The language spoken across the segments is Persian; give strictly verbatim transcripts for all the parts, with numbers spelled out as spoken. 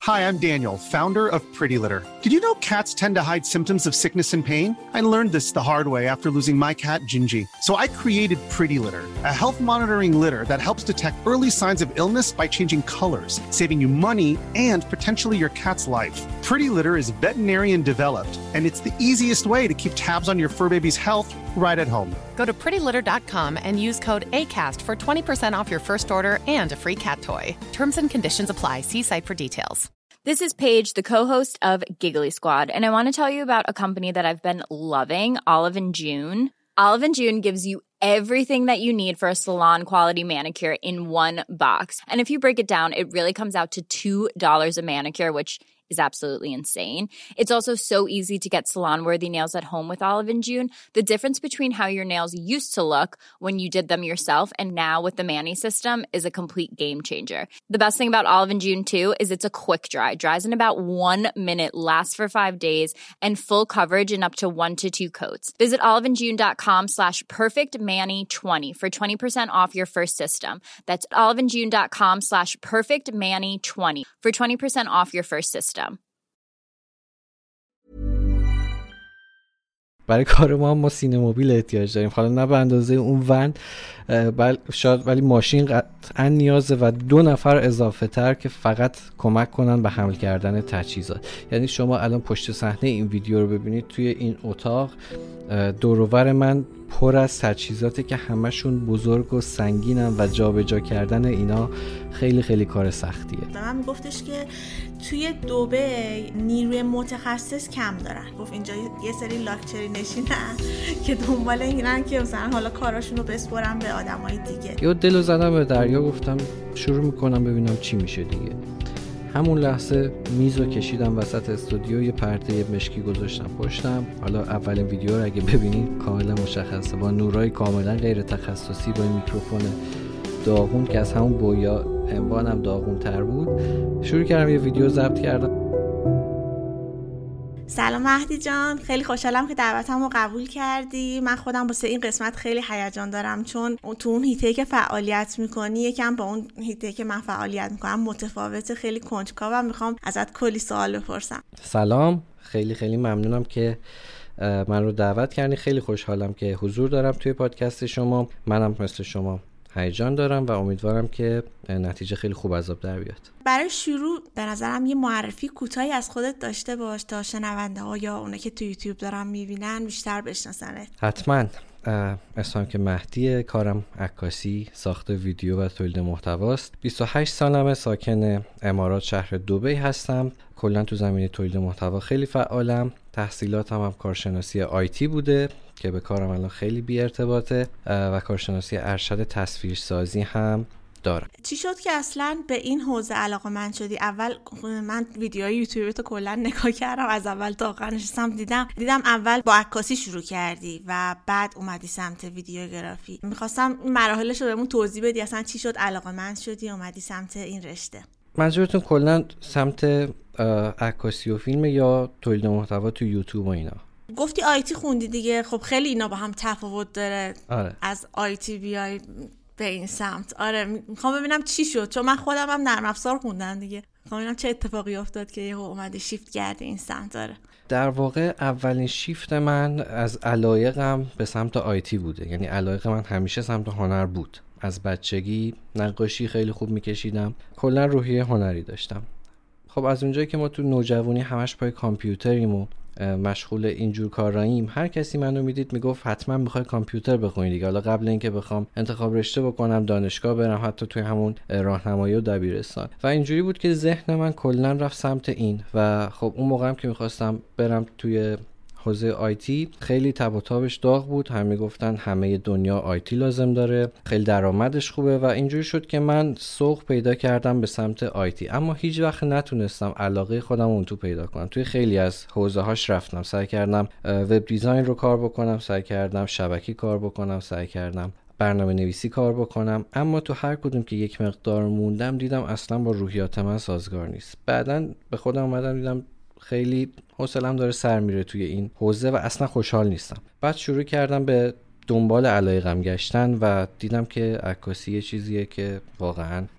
Hi, I'm Daniel, founder of Pretty Litter. Did you know cats tend to hide symptoms of sickness and pain? I learned this the hard way after losing my cat, Gingy. So I created Pretty Litter, a health monitoring litter that helps detect early signs of illness by changing colors, saving you money and potentially your cat's life. Pretty Litter is veterinarian developed, and it's the easiest way to keep tabs on your fur baby's health right at home. Go to pretty litter dot com and use code ACAST for twenty percent off your first order and a free cat toy. Terms and conditions apply. See site for details. This is Paige, the co-host of Giggly Squad, and I want to tell you about a company that I've been loving, Olive and June. Olive and June gives you everything that you need for a salon-quality manicure in one box. And if you break it down, it really comes out to two dollars a manicure, which is absolutely insane. It's also so easy to get salon-worthy nails at home with Olive and June. The difference between how your nails used to look when you did them yourself and now with the Mani system is a complete game changer. The best thing about Olive and June, too, is it's a quick dry. Dries in about one minute, lasts for five days, and full coverage in up to one to two coats. Visit oliveandjune.com slash perfectmani20 for twenty percent off your first system. That's oliveandjune.com slash perfectmani20 for twenty percent off your first system. برای کار ما ما سینموبیل احتیاج داریم، حالا نه به اندازه اون ون بل شاید، ولی ماشین قطعا نیازه و دو نفر اضافه تر که فقط کمک کنن به حمل کردن تجهیزات. یعنی شما الان پشت صحنه این ویدیو رو ببینید، توی این اتاق دور و بر من پر از تجهیزاتی که همشون بزرگ و سنگینن و جابجا کردن اینا خیلی خیلی کار سختیه. من میگفتش که توی دبی نیروی متخصص کم دارن، گفت اینجا یه سری لاکچری نشینن که دنبال اینن که مثلا حالا کاراشون رو بسپرن به آدمای دیگه. یا دلو زدم به دریا، گفتم شروع میکنم ببینم چی میشه دیگه. همون لحظه میزو کشیدم وسط استودیو، یه پرده مشکی گذاشتم پشتم. حالا اولین ویدیو رو اگه ببینید کاملا مشخصه، با نورای کاملا غیر تخصصی، با این میکروفون داغون که از همون بویا انبانم داغون تر بود، شروع کردم یه ویدیو ضبط کردم. سلام مهدی جان، خیلی خوشحالم که دعوتمو قبول کردی. من خودم واسه این قسمت خیلی هیجان دارم، چون تو اون حیطه‌ای که فعالیت میکنی یکم با اون حیطه‌ای که من فعالیت میکنم متفاوته، خیلی کنجکاوم، میخوام ازت کلی سوال بپرسم. سلام، خیلی خیلی ممنونم که من رو دعوت کردی. خیلی خوشحالم که حضور دارم توی پادکست شما. منم مثل شما هیجان دارم و امیدوارم که نتیجه خیلی خوب از آب در بیاد. برای شروع به نظرم یه معرفی کوتاهی از خودت داشته باش تا شنونده ها یا اونه که تو یوتیوب دارن میبینن بیشتر بشناسنت. حتما. اسمم که مهدیه، کارم عکاسی، ساخت ویدیو و تولید محتواست. بیست و هشت سالمه، ساکن امارات شهر دبی هستم. کلا تو زمینه تولید محتوا خیلی فعالم. تحصیلاتم هم کارشناسی آیتی بوده که به کارم الان خیلی بی ارتباطه و کارشناسی ارشد تصویرسازی هم دارم. چی شد که اصلا به این حوزه علاقه‌مند شدی؟ اول من ویدیوهای یوتیوب تو کلا نگاه کردم، از اول تا آخر نشستم دیدم دیدم اول با عکاسی شروع کردی و بعد اومدی سمت ویدیوگرافی. می‌خواستم مراحلش رو بهمون توضیح بدی، اصلا چی شد علاقه‌مند شدی اومدی سمت این رشته؟ منظورتون کلا سمت عکاسی و فیلم یا تولید محتوا تو یوتیوب و اینا؟ گفتی آیتی خوندی دیگه، خب خیلی اینا با هم تفاوت داره. آره. از آیتی بیای به این سمت. آره، میخوام ببینم چی شد، چون من خودم هم نرم افزار خوندم دیگه. میخوام ببینم چه اتفاقی افتاد که یهو اومدی شیفت کردی این سمت. داره در واقع اولین شیفت من از علایقم به سمت آیتی بوده. یعنی علایق من همیشه سمت هنر بود. از بچگی نقاشی خیلی خوب میکشیدم، کلا روحیه هنری داشتم. خب از اونجایی که ما تو نوجوانی همش پای کامپیوتریم و مشغول اینجور کاراییم، هر کسی منو میدید میگفت حتما میخوای کامپیوتر بخونی دیگه. حالا قبل اینکه بخوام انتخاب رشته بکنم، دانشگاه برم، حتی توی همون راهنمایی و دبیرستان، و اینجوری بود که ذهن من کلا رفت سمت این. و خب اون موقع هم که میخواستم برم توی حوزه آیتی خیلی تب و تابش داغ بود. هم میگفتن همه دنیا آیتی لازم داره، خیلی درآمدش خوبه و اینجوری شد که من سوق پیدا کردم به سمت آیتی، اما هیچ وقت نتونستم علاقه خودم اون تو پیدا کنم. توی خیلی از حوزه هاش رفتم، سعی کردم وب دیزاین رو کار بکنم، سعی کردم شبکی کار بکنم، سعی کردم برنامه نویسی کار بکنم، اما تو هر کدوم که یک مقدار موندم دیدم اصلا با روحیات من سازگار نیست. بعداً به خودم اومدم دیدم خیلی حوصله‌ام داره سر میره توی این حوزه و اصلا خوشحال نیستم. بعد شروع کردم به دنبال علایقم گشتن و دیدم که عکاسی یه چیزیه که واقعا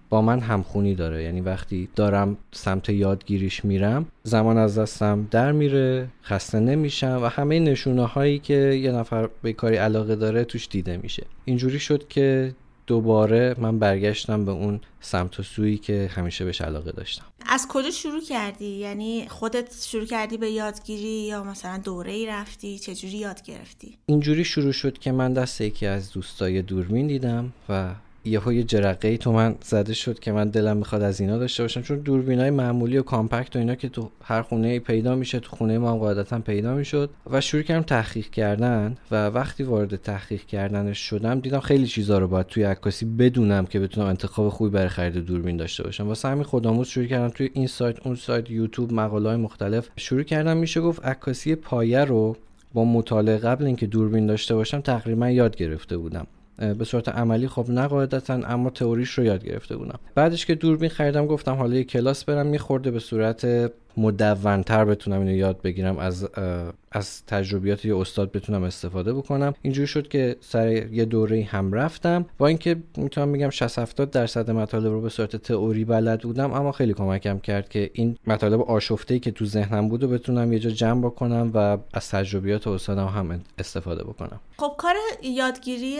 با من همخونی داره. یعنی وقتی دارم سمت یادگیریش میرم زمان از دستم در میره، خسته نمیشم و همه نشونه هایی که یه نفر به کاری علاقه داره توش دیده میشه. اینجوری شد که دوباره من برگشتم به اون سمت و سویی که همیشه بهش علاقه داشتم. از کجا شروع کردی؟ یعنی خودت شروع کردی به یادگیری یا مثلا دوره‌ای رفتی؟ چجوری یاد گرفتی؟ اینجوری شروع شد که من دست یکی از دوستای دوربین دیدم و یهو یه جرقه‌ای تو من زده شد که من دلم میخواد از اینا داشته باشم، چون دوربینای معمولی و کامپکت و اینا که تو هر خونه‌ای پیدا میشه، تو خونه ما هم قاعدتاً پیدا میشد و شروع کردم تحقیق کردن. و وقتی وارد تحقیق کردنش شدم دیدم خیلی چیزا رو باید توی عکاسی بدونم که بتونم انتخاب خوبی برای خرید دوربین داشته باشم. واسه همین خودآموز شروع کردم توی این سایت اون سایت یوتیوب مقاله‌های مختلف شروع کردم. میشه گفت عکاسی پایه رو با مطالعه قبل اینکه دوربین داشته باشم تقریبا یاد گرفته بودم. به صورت عملی خب نه قاعدتاً، اما تئوریش رو یاد گرفته بودم. بعدش که دوربین خریدم گفتم حالا یه کلاس برم میخورده به صورت مدون‌تر بتونم اینو یاد بگیرم، از از تجربیات یه استاد بتونم استفاده بکنم. اینجوری شد که سر یه دوره‌ای هم رفتم، با اینکه میتونم بگم شصت هفتاد درصد مطالب رو به صورت تئوری بلد بودم، اما خیلی کمکم کرد که این مطالب آشفته‌ای که تو ذهنم بود رو بتونم یه جا جمع بکنم و از تجربیات استادم هم استفاده بکنم. خب کار یادگیری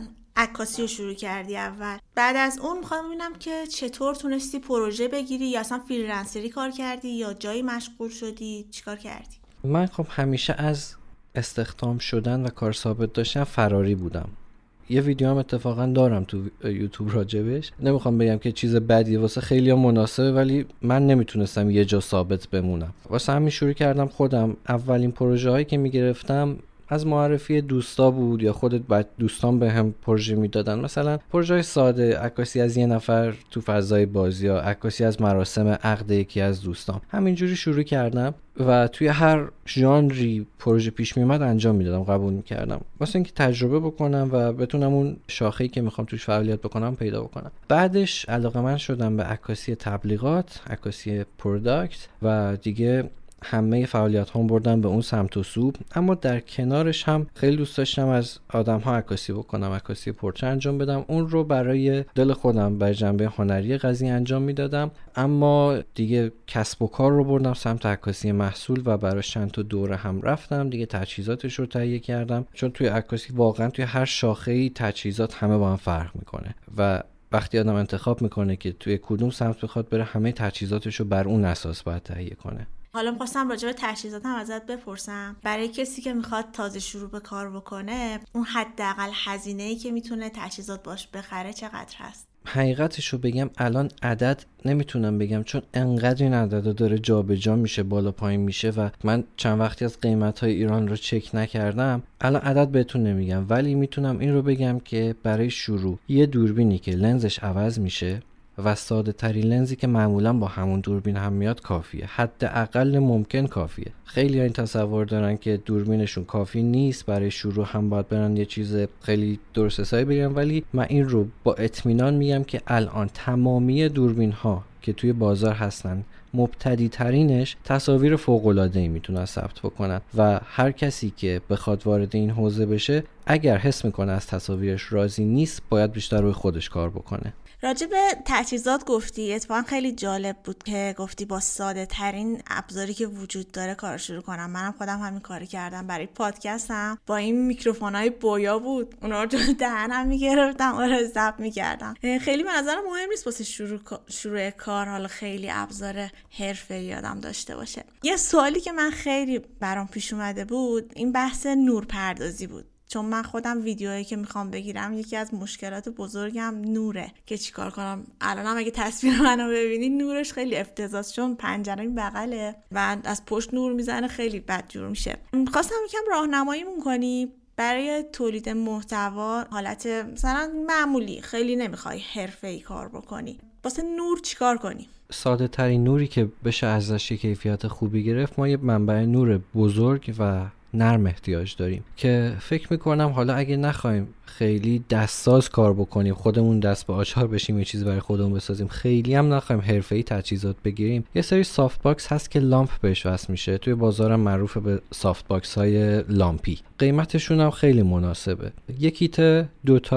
عکاسی رو شروع کردی اول، بعد از اون میخوام ببینم که چطور تونستی پروژه بگیری، یا اصلا فریلنسری کار کردی یا جایی مشغول شدی، چیکار کردی؟ من خب همیشه از استخدام شدن و کار ثابت داشتن فراری بودم. یه ویدیو هم اتفاقا دارم تو یوتیوب راجبش، نمیخوام بگم که چیز بدیه، واسه خیلی ها مناسبه، ولی من نمیتونستم یه جا ثابت بمونم. واسه همین شروع کردم خودم. اولین پروژه هایی که میگرفتم از معرفی دوستا بود یا خودت بعد دوستان به هم پروژه میدادن، مثلا پروژه ساده، عکاسی از یه نفر تو فضای بازی یا عکاسی از مراسم عقد یکی از دوستان. همینجوری شروع کردم و توی هر ژانری پروژه پیش میومد انجام میدادم، قبول میکردم، واسه اینکه تجربه بکنم و بتونم اون شاخه‌ای که میخوام توش فعالیت بکنم پیدا بکنم. بعدش علاقه‌مند شدم به عکاسی تبلیغات، عکاسی پروداکت و دیگه همه فعالیت هم بردم به اون سمت و سو. اما در کنارش هم خیلی دوست داشتم از آدم ها عکاسی بکنم، عکاسی پورتره انجام بدم. اون رو برای دل خودم، برای جنبه هنری قضیه انجام میدادم. اما دیگه کسب و کار رو بردم سمت عکاسی محصول و برای چند تا دوره هم رفتم دیگه، تجهیزاتش رو تهیه کردم، چون توی عکاسی واقعا توی هر شاخه‌ای تجهیزات همه با هم فرق میکنه و وقتی آدم انتخاب میکنه که توی کدوم سمت بخواد بره، همه تجهیزاتش رو بر اون اساس باید تهیه کنه. حالا می‌خواستم راجع به تجهیزاتم ازت بپرسم. برای کسی که میخواد تازه شروع به کار بکنه، اون حداقل هزینه‌ای که میتونه تجهیزات باش بخره چقدر هست؟ حقیقتش رو بگم الان عدد نمیتونم بگم، چون انقدر این عدد داره جا به جا میشه، بالا پایین میشه و من چند وقتی از قیمت‌های ایران رو چک نکردم. الان عدد بهتون نمیگم، ولی میتونم این رو بگم که برای شروع یه دوربینی که لنزش عوض میشه و ساده ترین لنزی که معمولا با همون دوربین هم میاد کافیه، حداقل ممکن کافیه. خیلی ها این تصور دارن که دوربینشون کافی نیست، برای شروع هم باید برن یه چیز خیلی درست حسابی بگیرن، ولی من این رو با اطمینان میگم که الان تمامی دوربین ها که توی بازار هستن، مبتدی ترینش تصاویر فوق العاده ای میتونن ثبت بکنن و هر کسی که بخواد وارد این حوزه بشه، اگر حس میکنه از تصاویرش راضی نیست، باید بیشتر روی خودش کار بکنه. راجع به تجهیزات گفتی، اتفاقا خیلی جالب بود که گفتی با ساده ترین ابزاری که وجود داره کار شروع کنم. منم خودم همین کاری کردم. برای پادکستم با این میکروفونای بویا بود، اونا رو جلوی دهنم میگرفتم، اون رو ضبط میکردم. خیلی به نظرم مهم نیست واسه شروع شروع کار حالا خیلی ابزار حرفه‌ای آدم داشته باشه. یه سوالی که من خیلی برام پیش اومده بود، این بحث نورپردازی بود. چون من خودم ویدیوهایی که میخوام بگیرم، یکی از مشکلات بزرگم نوره که چیکار کنم. الانم اگه تصویر منو ببینید نورش خیلی افتضاحه، چون پنجره این بغله و از پشت نور میزنه، خیلی بدجور میشه. میخواستم یکم راهنماییمون کنی برای تولید محتوا، حالت مثلا معمولی، خیلی نمیخوای حرفه‌ای کار بکنی، واسه نور چیکار کنی؟ ساده ترین نوری که بشه ازش کیفیت خوبی گرفت، ما یه منبع نور بزرگ و نرم احتیاج داریم که فکر میکنم حالا اگه نخوایم خیلی دستساز کار بکنیم، خودمون دست به آچار بشیم، یه چیز برای خودمون بسازیم، خیلی هم نخوایم حرفه‌ای تجهیزات بگیریم، یه سری سافت باکس هست که لامپ بهش وصل میشه، توی بازارم معروف به سافت باکس های لامپی، قیمتشون هم خیلی مناسبه. یک کیت دوتایی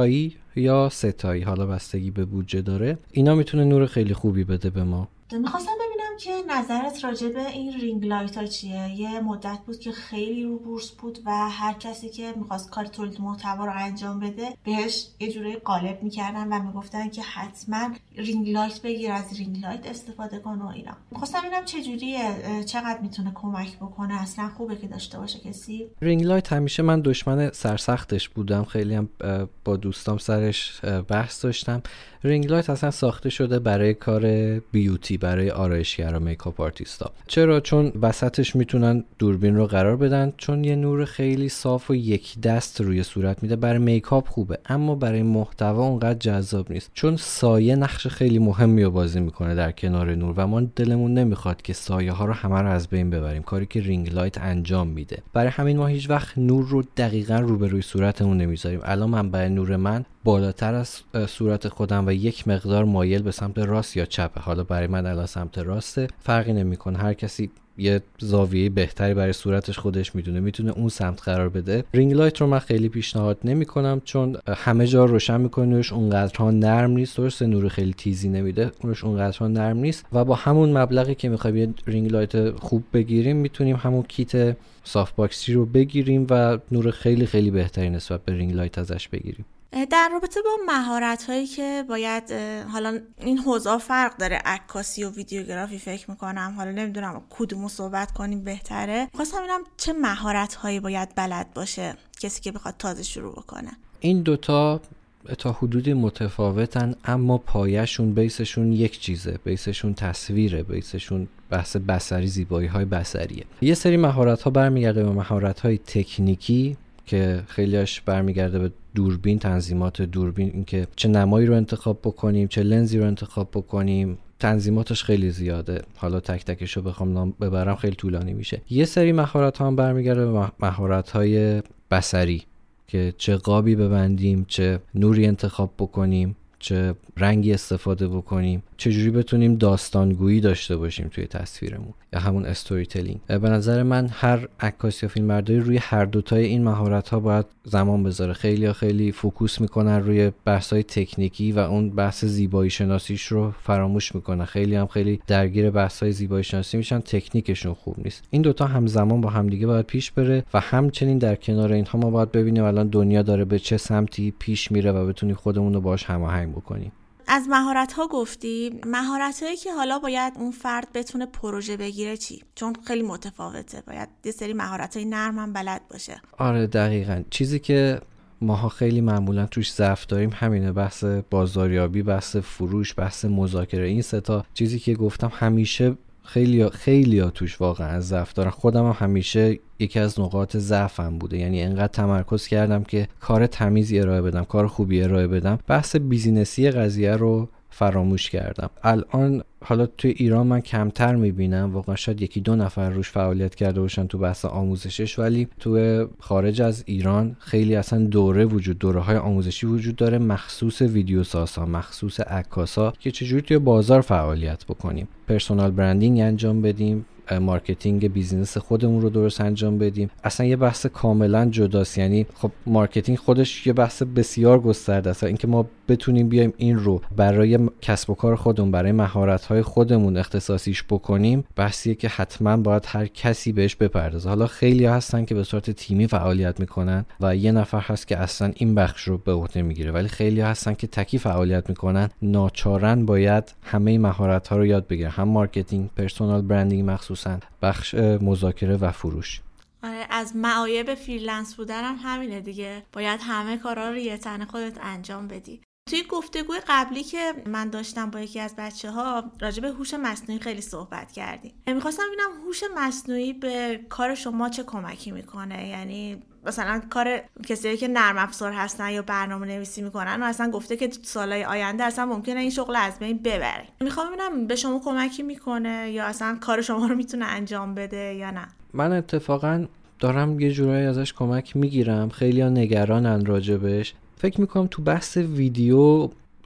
یا ستایی، حالا بستگی به بودجه داره. اینا میتونه نور خیلی خوبی بده به ما. میخواستم ببینم که نظرت راجع به این رینگ لایت ها چیه؟ یه مدت بود که خیلی رو بورس بود و هر کسی که میخواست کار تولید محتوا رو انجام بده بهش یه جوری قالب میکردن و میگفتن که حتما رینگ لایت بگیر، از رینگ لایت استفاده کن و اینا. میخواستم ببینم چه جوریه، چقدر میتونه کمک بکنه، اصلا خوبه که داشته باشه کسی؟ رینگ لایت همیشه من دشمن سرسختش بودم، خیلی هم با دوستام سرش بحث داشتم. رینگ لایت اصلا ساخته شده برای کار بیوتی، برای آرایشگرا، میکاپ آرتیستا. چرا؟ چون وسطش میتونن دوربین رو قرار بدن، چون یه نور خیلی صاف و یک دست روی صورت میده. برای میکاپ خوبه، اما برای محتوا اونقدر جذاب نیست، چون سایه نقش خیلی مهمی رو بازی میکنه در کنار نور و ما دلمون نمیخواد که سایه ها رو همه رو از بین ببریم، کاری که رینگ لایت انجام میده. برای همین ما هیچ وقت نور رو دقیقاً روبروی صورتمون نمیذاریم. الان من برای نور من بالاتر از صورت خودم و یک مقدار مایل به سمت راست یا چپه. حالا برای من الان سمت راسته، فرقی نمیکنه، هر کسی یه زاویه بهتری برای صورتش خودش میدونه، میتونه اون سمت قرار بده. رینگ لایت رو من خیلی پیشنهاد نمیکنم، چون همه جا روشن میکنه، نورش اونقدرها نرم نیست. درسته نور خیلی تیزی نمیده، نورش اونقدرها نرم نیست و با همون مبلغی که میخوایم یه رینگ لایت خوب بگیریم میتونیم همون کیت سافت باکسی رو بگیریم و نور خیلی خیلی بهتری نسبت به رینگ لایت ازش بگیریم. در رابطه با مهارت هایی که باید، حالا این حوزه فرق داره، عکاسی و ویدیوگرافی فکر میکنم، حالا نمیدونم کدومو صحبت کنیم بهتره. خواستم ببینم چه مهارت هایی باید بلد باشه کسی که بخواد تازه شروع بکنه. این دوتا تا حدودی متفاوتن، اما پایه‌شون، بیسشون یک چیزه، بیسشون تصویره، بیسشون بحث بصری، زیبایی های بصریه. یه سری مهارت ها برمیگرده به مهارت های تکنیکی که خیلیاش برمیگرده به دوربین، تنظیمات دوربین، اینکه چه نمایی رو انتخاب بکنیم، چه لنزی رو انتخاب بکنیم. تنظیماتش خیلی زیاده، حالا تک تکش رو بخوام نام ببرم خیلی طولانی میشه. یه سری مهارت ها هم برمیگرده به مهارت های بصری که چه قابی ببندیم، چه نوری انتخاب بکنیم، چه رنگی استفاده بکنیم، چجوری بتونیم داستانگویی داشته باشیم توی تصویرمون، یا همون استوری تلینگ. به نظر من هر عکاس یا فیلمبرداری روی هر دوتای این مهارت‌ها باید زمان بذاره. خیلی خیلی فوکوس میکنن روی بحث‌های تکنیکی و اون بحث زیبایی شناسیش رو فراموش میکنن. خیلی هم خیلی درگیر بحث‌های زیبایی شناسی میشن، تکنیکشون خوب نیست. این دوتا همزمان با همدیگه باید پیش بره و همچنین در کنار اینها ما باید ببینیم الان دنیا داره به چه سمتی پیش میره و بتونیم خودمون رو باهاش هماهنگ بکنیم. از مهارت ها گفتی، مهارت هایی که حالا باید اون فرد بتونه پروژه بگیره چی؟ چون خیلی متفاوته، باید یه سری مهارت های نرم هم بلد باشه. آره دقیقاً. چیزی که ماها خیلی معمولا توش ضعف داریم همینه، بحث بازاریابی، بحث فروش، بحث مذاکره. این سه تا چیزی که گفتم همیشه خیلی خیلی ها توش واقعا ضعف دارن. خودم هم همیشه یکی از نقاط ضعفم بوده، یعنی انقدر تمرکز کردم که کار تمیزی ارائه بدم، کار خوبی ارائه بدم، بحث بیزینسی قضیه رو فراموش کردم. الان حالا توی ایران من کمتر میبینم، واقعا شاید یکی دو نفر روش فعالیت کرده باشن تو بحث آموزشش، ولی توی خارج از ایران خیلی اصلا دوره وجود دوره های آموزشی وجود داره مخصوص ویدیوسازها، مخصوص عکاسا، که چجوری توی بازار فعالیت بکنیم، پرسونال برندینگ انجام بدیم، مارکتینگ بیزینس خودمون رو درست انجام بدیم. اصلا یه بحث کاملا جداست. یعنی خب مارکتینگ خودش یه بحث بسیار گسترده است. اینکه ما بتونیم بیایم این رو برای کسب و کار خودمون، برای مهارت‌های خودمون اختصاصیش بکنیم، بحثیه که حتما باید هر کسی بهش بپردازه. حالا خیلی هستن که به صورت تیمی فعالیت میکنن و یه نفر هست که اصلا این بخش رو به عهده میگیره، ولی خیلی هستن که تکی فعالیت میکنن، ناچارن باید همه مهارت‌ها رو یاد بگیرن، هم مارکتینگ، پرسونال برندینگ، مخصوصا بخش مذاکره و فروش. آره، از معایب فریلنس بودن هم همینه دیگه، باید همه کارا رو یه تنه خودت انجام بدی. توی گفتگوی قبلی که من داشتم با یکی از بچه ها راجع به هوش مصنوعی خیلی صحبت کردیم. میخواستم ببینم هوش مصنوعی به کار شما چه کمکی میکنه؟ یعنی مثلا کار کسایی که نرم افزار هستن یا برنامه نویسی میکنن و اصلا گفته که سالهای آینده اصلا ممکنه این شغل از بین ببره. میخوام ببینم به شما کمکی میکنه یا اصلا کار شما رو میتونه انجام بده یا نه؟ من اتفاقا دارم یه جورایی ازش کمک میگیرم. خیلی ها نگرانن راجبش. فکر میکنم تو بحث ویدیو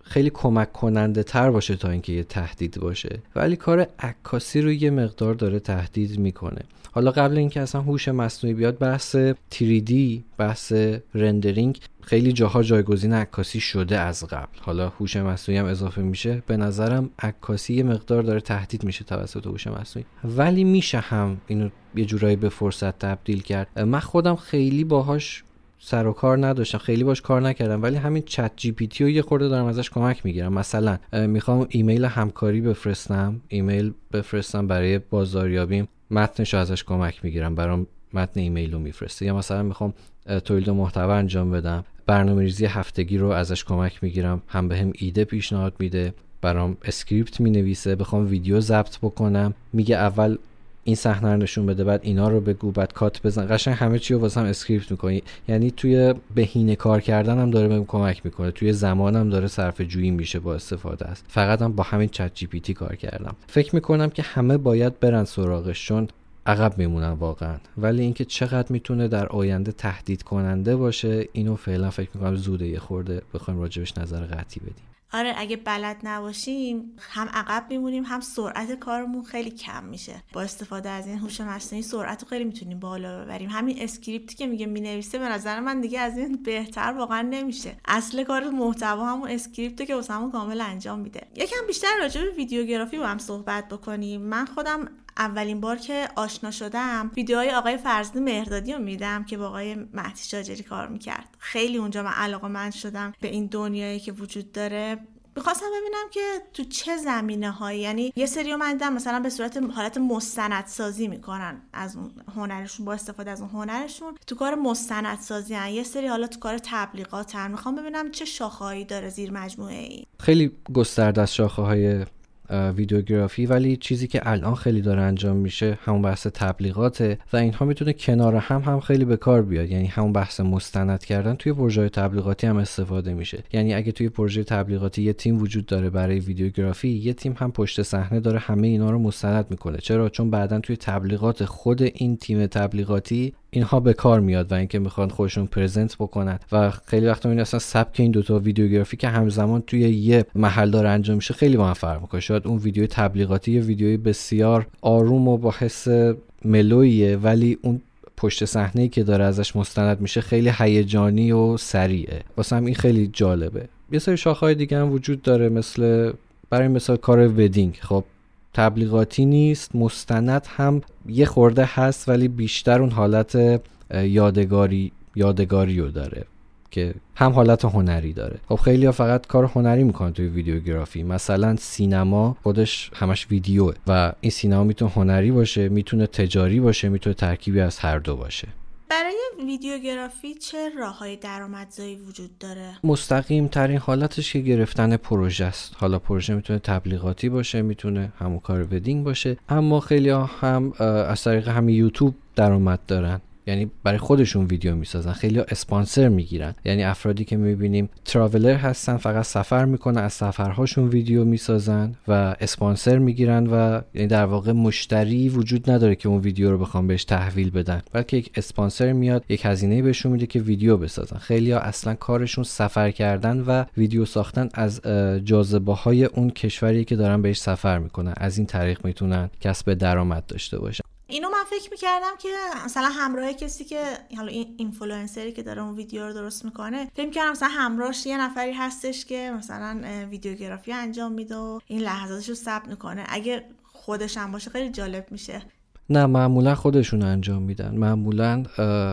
خیلی کمک کننده تر باشه تا اینکه یه تهدید باشه، ولی کار عکاسی رو یه مقدار داره تهدید میکنه. حالا قبل اینکه اصلا هوش مصنوعی بیاد، بحث تری دی، بحث رندرینگ خیلی جاها جایگزین عکاسی شده از قبل. حالا هوش مصنوعی هم اضافه میشه، به نظرم عکاسی یه مقدار داره تهدید میشه توسط هوش مصنوعی، ولی میشه هم اینو یه جورایی به فرصت تبدیل کرد. من خودم خیلی باهاش سر و کار نداشتم، خیلی باش کار نکردم، ولی همین چت جی پی تی رو یه خورده دارم ازش کمک میگیرم. مثلا میخوام ایمیل همکاری بفرستم، ایمیل بفرستم برای بازاریابیم، متنش رو ازش کمک میگیرم، برام متن ایمیل رو میفرسته. یا مثلا میخوام تولید محتوا انجام بدم، برنامه‌ریزی هفتگی رو ازش کمک میگیرم، هم بهم ایده پیشنهاد میده، برام اسکریپت مینویسه. بخوام ویدیو ضبط بکنم، میگه اول این صحنه رو نشون بده، بعد اینا رو بگو، بعد کات بزن، قشنگ همه چی رو واسم اسکریپت میکنه. یعنی توی بهینه کار کردن هم داره بهم کمک میکنه، توی زمانم داره صرفه جویی میشه با استفاده است. فقط هم با همین چت جی پی تی کار کردم. فکر میکنم که همه باید برن سراغش، چون عقب میمونن واقعا. ولی اینکه چقدر میتونه در آینده تهدید کننده باشه، اینو فعلا فکر میکنم زوده یه خورده بخوایم راجبش نظر قطعی بدیم. آره، اگه بلد نباشیم هم عقب میمونیم، هم سرعت کارمون خیلی کم میشه. با استفاده از این هوش مصنوعی سرعت رو خیلی میتونیم بالا ببریم. همین اسکریپتی که میگه مینویسه، به نظر من دیگه از این بهتر واقعا نمیشه. اصل کار محتوا همون اسکریپته که واسمون کامل انجام میده. یکم بیشتر راجع به ویدیوگرافی با هم صحبت بکنیم. من خودم اولین بار که آشنا شدم ویدیوهای آقای فرزند مهردادی رو میدم که با آقای مهدی شاجری کار میکرد. خیلی اونجا من علاقه‌مند شدم به این دنیایی که وجود داره. میخواستم ببینم که تو چه زمینه هایی، یعنی یه سریو من دیدم مثلا به صورت حالت مستندسازی میکنن از اون هنرشون، با استفاده از اون هنرشون تو کار مستندسازی هن. یه سری حالا تو کار تبلیغات هن. میخوام ببینم چه شاخه‌هایی داره زیر مجموعه ای. خیلی گسترده از شاخه‌های ویدیوگرافی، ولی چیزی که الان خیلی داره انجام میشه همون بحث تبلیغاته و اینها میتونه کنار هم هم خیلی به کار بیاد. یعنی همون بحث مستند کردن توی پروژه تبلیغاتی هم استفاده میشه. یعنی اگه توی پروژه تبلیغاتی یه تیم وجود داره برای ویدیوگرافی، یه تیم هم پشت صحنه داره همه اینا رو مستند میکنه. چرا؟ چون بعدن توی تبلیغات خود این تیم تبلیغاتی اینها به کار میاد و اینکه میخوان خودشون پرزنت بکنن و خیلی وقتا این اصلا سبک این دوتا ویدیوگرافی که همزمان توی یه محل داره انجام میشه خیلی با هم فرق میکنه. شاید اون ویدیو تبلیغاتی یه ویدیوی بسیار آروم و با حس ملویه، ولی اون پشت صحنه‌ای که داره ازش مستند میشه خیلی هیجانی و سریعه. واسه هم این خیلی جالبه. یه سری شاخه‌های دیگه هم وجود داره، مثل برای مثال کار ودینگ. خب تبلیغاتی نیست، مستند هم یه خورده هست، ولی بیشتر اون حالت یادگاری یادگاری رو داره که هم حالت هنری داره. خب خیلی ها فقط کار هنری میکنن توی ویدیوگرافی. مثلا سینما خودش همش ویدیوه و این سینما میتونه هنری باشه، میتونه تجاری باشه، میتونه ترکیبی از هر دو باشه. برای ویدیوگرافی چه راههای درآمدزایی وجود داره؟ مستقیم ترین حالتش که گرفتن پروژه است. حالا پروژه میتونه تبلیغاتی باشه، میتونه همون کار ودینگ باشه، اما خیلی ها هم از طریق همین یوتیوب درآمد دارن. یعنی برای خودشون ویدیو میسازن. خیلی ها اسپانسر میگیرن، یعنی افرادی که میبینیم تراولر هستن، فقط سفر میکنن، از سفرهاشون ویدیو میسازن و اسپانسر میگیرن و یعنی در واقع مشتری وجود نداره که اون ویدیو رو بخوام بهش تحویل بدن، بلکه یک اسپانسر میاد یک هزینه بهشون میده که ویدیو بسازن. خیلی ها اصلا کارشون سفر کردن و ویدیو ساختن از جاذبه‌های اون کشوری که دارن بهش سفر میکنن. از این طریق میتونن کسب درآمد داشته باشن. اینو من فکر میکردم که مثلا همراه کسی که حالا این اینفلوئنسری که داره اون ویدیو رو درست میکنه، فکر میکردم مثلا همراهش یه نفری هستش که مثلا ویدیوگرافی انجام میده و این لحظاتش رو ثبت میکنه. اگه خودش هم باشه خیلی جالب میشه. نه، معمولا خودشون انجام میدن. معمولا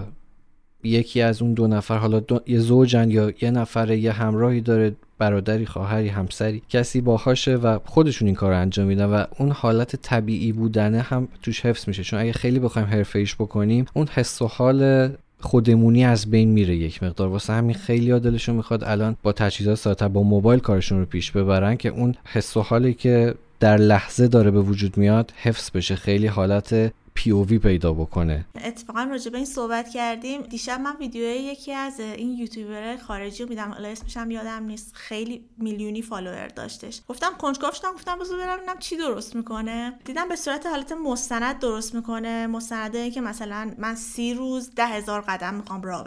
یکی از اون دو نفر، حالا دو، یه زوجن یا یه نفر یه همراهی داره، برادری، خواهری، همسری، کسی باهاشه و خودشون این کار رو انجام میدن و اون حالت طبیعی بودنه هم توش حفظ میشه. چون اگه خیلی بخوایم حرفه‌ایش بکنیم، اون حس و حال خودمونی از بین میره یک مقدار. واسه همین خیلی ها دلشون میخواد الان با تجهیزات ساده با موبایل کارشون رو پیش ببرن که اون حس و حالی که در لحظه داره به وجود میاد حفظ بشه، خیلی حالت پی او وی پیدا بکنه. اتفاقا راجع به این صحبت کردیم. دیشب من ویدیوی یکی از این یوتیوبرهای خارجی رو دیدم، الان اسمش هم یادم نیست، خیلی میلیونی فالوور داشتش. گفتم کنجکاو شدم، گفتم بذار برم ببینم چی درست میکنه. دیدم به صورت حالت مستند درست میکنه. مستندایی که مثلا من سی روز ده هزار قدم میخوام راه برم.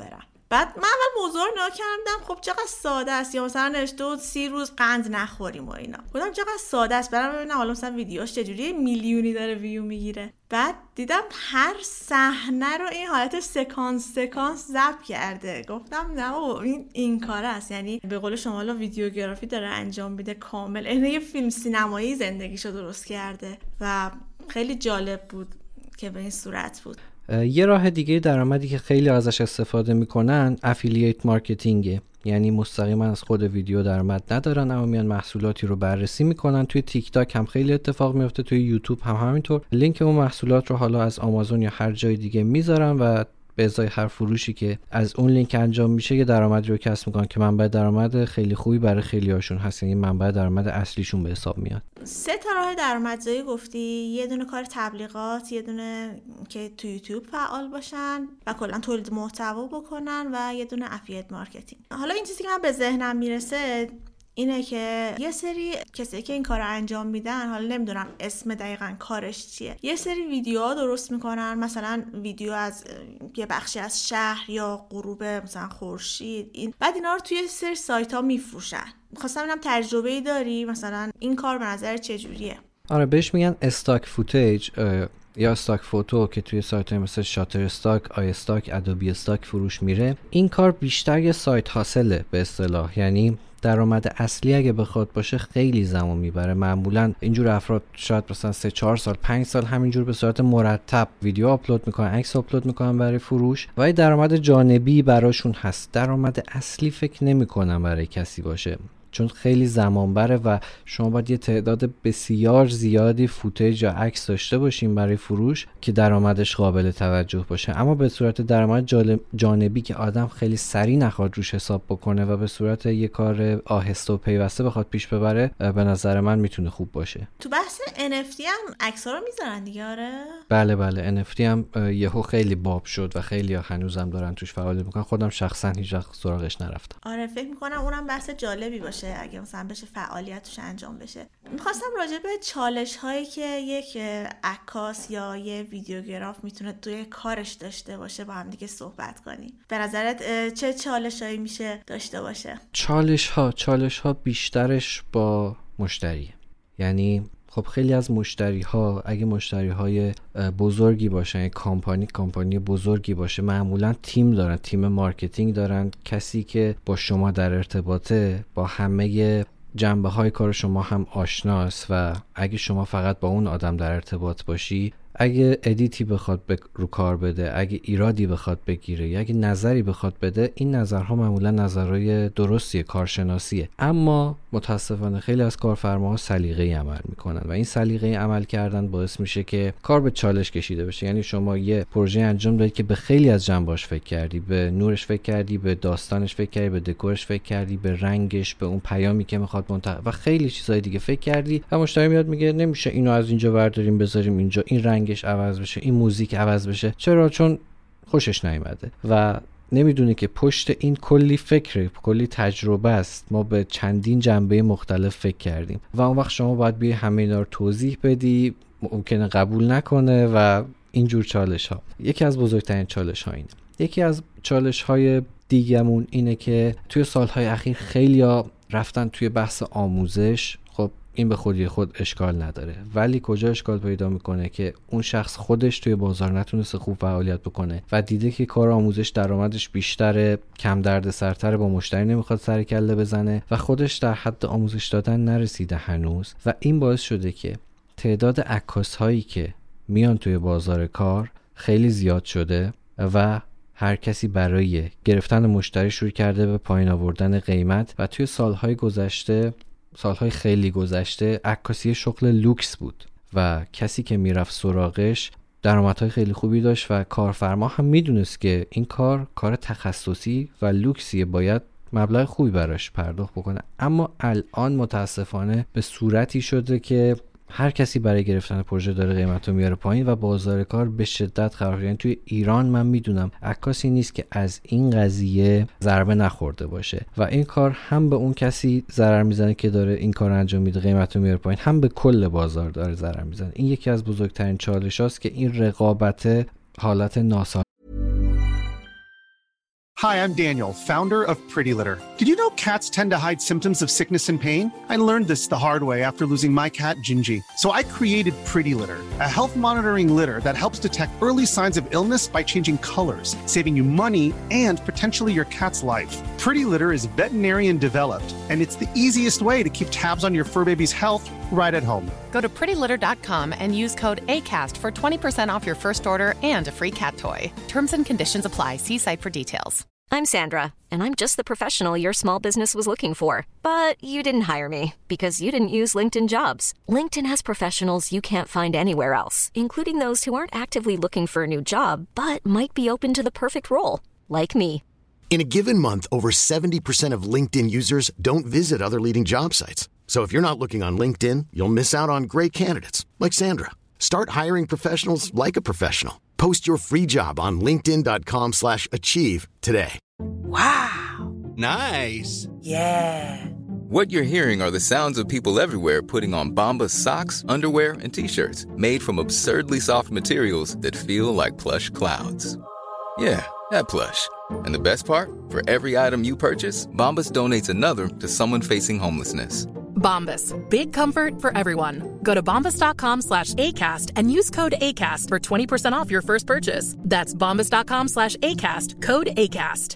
بعد من اول موضوع رو نگاه کردم، خب چقدر ساده است، یا مثلا نوشته بود سی روز قند نخوریم و اینا. گفتم چقدر ساده است، برام ببینم حالا مثلا ویدیوش چجوریه میلیونی داره ویو میگیره. بعد دیدم هر صحنه رو این حالت سکانس سکانس ضبط کرده. گفتم نه این این کار است، یعنی به قول شما حالا ویدیوگرافی داره انجام میده کامل، این یه فیلم سینمایی زندگیشو درست کرده و خیلی جالب بود که به این صورت بود. یه راه دیگه درآمدی که خیلی ازش استفاده میکنن افیلیت مارکتینگه، یعنی مستقیما از خود ویدیو درآمد ندارن اما میان محصولاتی رو بررسی میکنن. توی تیک تاک هم خیلی اتفاق میفته، توی یوتیوب هم همینطور. لینک اون محصولات رو حالا از آمازون یا هر جای دیگه میذارن و به ازای هر فروشی که از اون لینک انجام میشه یه درآمدی رو کسب میکنن که منبع درآمد خیلی خوبی برای خیلی هاشون هست، یعنی منبع درآمد اصلیشون به حساب میاد. سه تا راه درآمدزایی گفتی، یه دونه کار تبلیغات، یه دونه که تو یوتیوب فعال باشن و کلا تولید محتوا بکنن و یه دونه افیلیت مارکتینگ. حالا این چیزی که من به ذهنم میرسه اینه که یه سری کسی که این کار رو انجام میدن، حالا نمیدونم اسم دقیقاً کارش چیه، یه سری ویدیوها درست میکنن، مثلا ویدیو از یه بخشی از شهر یا غروب مثلا خورشید، این بعد اینا رو توی سری سایت ها میفروشن. می‌خواستم ببینم تجربه‌ای داری مثلا این کار به نظر چجوریه؟ آره بهش میگن استاک فوتیج یا استاک فوتو که توی سایت‌های مثل شاتر استاک، آی استاک، ادوبی استاک فروش میره. این کار بیشتر یه سایت هاسله به اصطلاح، یعنی درآمد اصلی اگه بخواد باشه خیلی زمان میبره. معمولا اینجور افراد شاید مثلا سه چهار سال پنج سال همینجور به صورت مرتب ویدیو آپلود میکنن، عکس آپلود میکنن برای فروش و این درآمد جانبی براشون هست. درآمد اصلی فکر نمیکنم برای کسی باشه، چون خیلی زمان بره و شما باید یه تعداد بسیار زیادی فوتیج یا عکس داشته باشین برای فروش که درآمدش قابل توجه باشه. اما به صورت درآمد جانبی که آدم خیلی سریع نخواد روش حساب بکنه و به صورت یه کار آهسته و پیوسته بخواد پیش ببره، به نظر من میتونه خوب باشه. تو بحث ان اف تی هم عکس‌ها رو میذارن دیگه؟ آره بله بله ان اف تی هم یهو خیلی باب شد و خیلی هنوزم دارن توش فعالیت میکنن. خودم شخصا هیچ وقت سراغش نرفتم. آره فکر میکنم اونم بحث جالبی باشه اگه مثلا بشه فعالیتش انجام بشه. میخواستم راجع به چالش هایی که یک عکاس یا یه ویدیوگراف میتونه توی کارش داشته باشه با هم دیگه صحبت کنیم. به نظرت چه چالش هایی میشه داشته باشه؟ چالش ها چالش ها بیشترش با مشتریه. یعنی خب خیلی از مشتری ها اگه مشتری های بزرگی باشن، کامپانی کامپانی بزرگی باشه، معمولا تیم دارن، تیم مارکتینگ دارن، کسی که با شما در ارتباطه، با همه جنبه های کار شما هم آشناست و اگه شما فقط با اون آدم در ارتباط باشی، اگه ادیتی بخواد رو کار بده، اگه ایرادی بخواد بگیره یا اگه نظری بخواد بده، این نظرها معمولا نظرهای درستیه، کارشناسیه. اما متاسفانه خیلی از کارفرماها سلیقه‌ای عمل میکنن و این سلیقه‌ای عمل کردن باعث میشه که کار به چالش کشیده بشه. یعنی شما یه پروژه انجام دادید که به خیلی از جنبه‌اش فکر کردی، به نورش فکر کردی، به داستانش فکر کردی، به دکورش فکر کردی، به رنگش، به اون پیامی که میخواد منتقل و خیلی چیزای دیگه فکر کردی و مشتری میاد میگه نمیشه اینو از اینجا برداریم بذاریم اینجا، این رنگش عوض بشه، این موزیک عوض بشه. چرا؟ چون خوشش نیومده و نمیدونه که پشت این کلی فکر، کلی تجربه است. ما به چندین جنبه مختلف فکر کردیم و اون وقت شما باید بیای همه اینا رو توضیح بدی، ممکنه قبول نکنه و اینجور چالش ها. یکی از بزرگترین چالش ها اینه. یکی از چالش های دیگمون اینه که توی سالهای اخیر خیلیا رفتن توی بحث آموزش. خب این به خودی خود اشکال نداره، ولی کجا اشکال پیدا میکنه که اون شخص خودش توی بازار نتونسته خوب فعالیت بکنه و دیده که کار آموزش درآمدش بیشتره، کم درد سرتره، با مشتری نمیخواد سر کله بزنه و خودش در حد آموزش دادن نرسیده هنوز و این باعث شده که تعداد عکاس هایی که میان توی بازار کار خیلی زیاد شده و هر کسی برای گرفتن مشتری شروع کرده به پایین آوردن قیمت و توی سالهای گذشته سالهای خیلی گذشته عکاسی شغل لوکس بود و کسی که میرفت سراغش درآمدهای خیلی خوبی داشت و کارفرما هم میدونست که این کار کار تخصصی و لوکسیه، باید مبلغ خوبی براش پرداخت بکنه. اما الان متاسفانه به صورتی شده که هر کسی برای گرفتن پروژه داره قیمت رو میاره پایین و بازار کار به شدت خراب شده. یعنی توی ایران من میدونم عکاسی نیست که از این قضیه ضربه نخورده باشه و این کار هم به اون کسی ضرر میزنه که داره این کار انجام میده، قیمت رو میاره پایین، هم به کل بازار داره ضرر میزنه. این یکی از بزرگترین چالشاست که این رقابت حالت ناسالم. Hi, I'm Daniel, founder of Pretty Litter. Did you know cats tend to hide symptoms of sickness and pain? I learned this the hard way after losing my cat, Gingy. So I created Pretty Litter, a health monitoring litter that helps detect early signs of illness by changing colors, saving you money and potentially your cat's life. Pretty Litter is veterinarian developed, and it's the easiest way to keep tabs on your fur baby's health right at home. Go to pretty litter dot com and use code ACAST for twenty percent off your first order and a free cat toy. Terms and conditions apply. See site for details. I'm Sandra, and I'm just the professional your small business was looking for. But you didn't hire me because you didn't use LinkedIn Jobs. LinkedIn has professionals you can't find anywhere else, including those who aren't actively looking for a new job, but might be open to the perfect role, like me. In a given month, over seventy percent of LinkedIn users don't visit other leading job sites. So if you're not looking on LinkedIn, you'll miss out on great candidates like Sandra. Start hiring professionals like a professional. Post your free job on linkedin dot com slash achieve today. Wow. Nice. Yeah. What you're hearing are the sounds of people everywhere putting on Bombas socks, underwear, and T-shirts made from absurdly soft materials that feel like plush clouds. Yeah, that plush. And the best part? For every item you purchase, Bombas donates another to someone facing homelessness. Bombas. Big comfort for everyone. Go to bombas dot com slash ACAST and use code ACAST for twenty percent off your first purchase. That's bombas dot com slash ACAST. Code ACAST.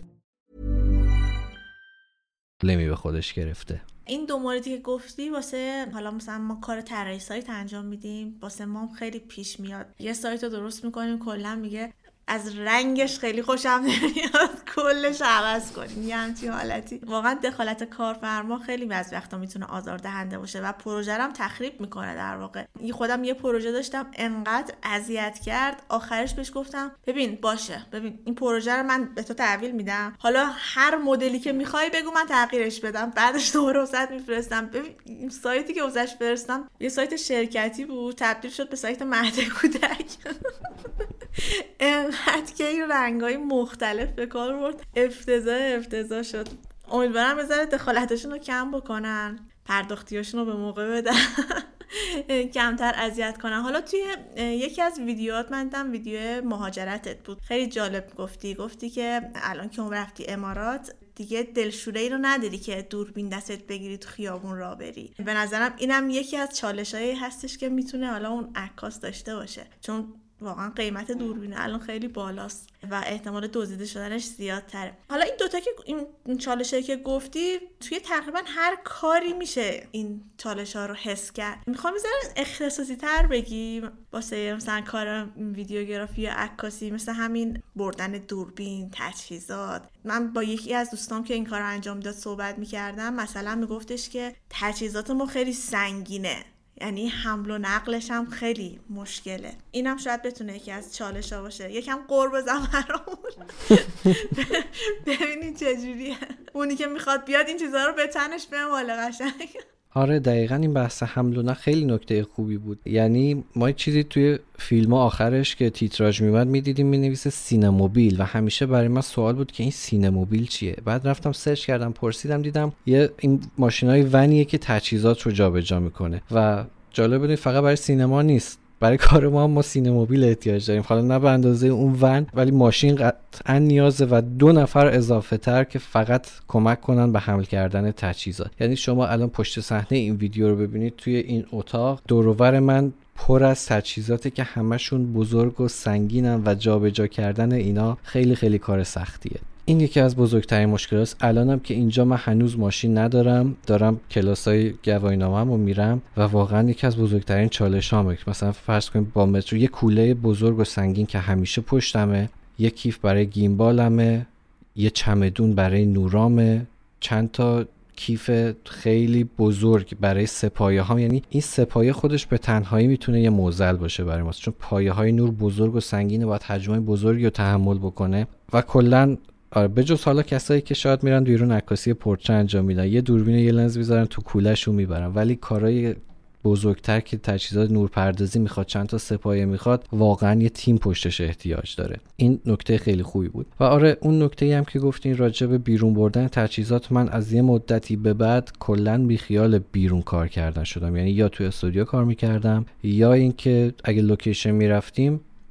لمی به خودش گرفته. این دو موردی که گفتی واسه حالا مثلا ما کار طراحی سایت انجام میدیم، واسه ما خیلی پیش میاد. یه سایت رو درست میکنیم کلا میگه از رنگش خیلی خوشم نمیاد کلش عوض کنیم، یه همچین حالتی. واقعا دخالت کارفرما خیلی بعضی وقتا میتونه آزاردهنده باشه و پروژه رو هم تخریب میکنه. در واقع خودم یه پروژه داشتم انقدر اذیت کرد، آخرش بهش گفتم ببین باشه، ببین این پروژه رو من به تو تحویل میدم، حالا هر مدلی که میخوای بگو من تغییرش بدم، بعدش دوباره واسط میفرستم. ببین این سایتی که واسش فرستم یه سایت شرکتی بود، تبدیل شد به سایت مهد کودک. انقدر که این رنگای مختلف به کار برد، افتضاح افتضاح شد. امیدوارم بذاره دخالتشون رو کم بکنن، پرداختیاشون رو به موقع بدن، کمتر اذیت کنن. حالا توی یکی از ویدیوهات من دیدم، ویدیو مهاجرتت بود، خیلی جالب گفتی گفتی که الان که اون رفتی امارات دیگه دلشوره ای رو نداری که دوربین دستت بگیری تو خیابون را بری. به نظرم اینم یکی از چالشایی هستش که میتونه حالا اون عکاس داشته باشه، چون واقعا قیمت دوربین الان خیلی بالاست و احتمال دزدیده شدنش زیادتره. حالا این دوتا که این چالشه که گفتی توی تقریبا هر کاری میشه این چالش ها رو حس کرد. میخوام یه ذره اختصاصی تر بگی واسه مثلا کار ویدیوگرافی یا عکاسی، مثل همین بردن دوربین، تجهیزات. من با یکی از دوستام که این کار رو انجام داد صحبت میکردم، مثلا میگفتش که تجهیزات ما خیلی سنگینه، یعنی حمل و نقلش هم خیلی مشکله. اینم شاید بتونه یکی از چالش‌ها باشه. یکم قرب بزن برامون ببینید چجوریه. اونی که میخواد بیاد این چیزها رو به تنش بماله قشنگ. آره دقیقاً این بحث حمل و نقل خیلی نکته خوبی بود. یعنی ما چیزی توی فیلم آخرش که تیتراژ میومد میدیدیم مینویسه سینموبیل و همیشه برای من سوال بود که این سینموبیل چیه. بعد رفتم سرچ کردم، پرسیدم، دیدم یه این ماشینای ونیه که تجهیزات رو جابجا میکنه و جالب بود فقط برای سینما نیست، برای کار ما هم ما سینموبیل احتیاج داریم. حالا نه به اندازه اون ون، ولی ماشین قطعا نیازه و دو نفر اضافه تر که فقط کمک کنن به حمل کردن تجهیزات. یعنی شما الان پشت صحنه این ویدیو رو ببینید، توی این اتاق دور و بر من پر از تجهیزاته که همشون بزرگ و سنگینن و جابجا کردن اینا خیلی خیلی کار سختیه. این یکی از بزرگترین مشکلات. الانم که اینجا من هنوز ماشین ندارم، دارم کلاسای گواهینامه‌مو میرم و واقعا یکی از بزرگترین چالشامه. مثلا فرض کنیم با مترو یه کوله بزرگ و سنگین که همیشه پشتمه، یه کیف برای گیمبالمه، یه چمدون برای نورامه، چند تا کیف خیلی بزرگ برای سپایه ها. یعنی این سپایه خودش به تنهایی میتونه یه معضل باشه برای ما، چون پایه های نور بزرگ و سنگینه، باید حجمای بزرگی رو تحمل بکنه و کلا آره به جز حالا کسایی که شاید میرن بیرون عکاسی پورتره انجام میدن، یه دوربین یه لنز میذارن تو کولهشون میبرن، ولی کارهای بزرگتر که تجهیزات نورپردازی میخواد، چند تا سپایه میخواد، واقعا یه تیم پشتش احتیاج داره. این نکته خیلی خوبی بود. و آره اون نکته‌ای هم که گفتین راجع به بیرون بردن تجهیزات، من از یه مدتی به بعد کلا بیخیال بیرون کار کردن شدم. یعنی یا توی استودیو کار میکردم یا اینکه اگه لوکیشن میرفتیم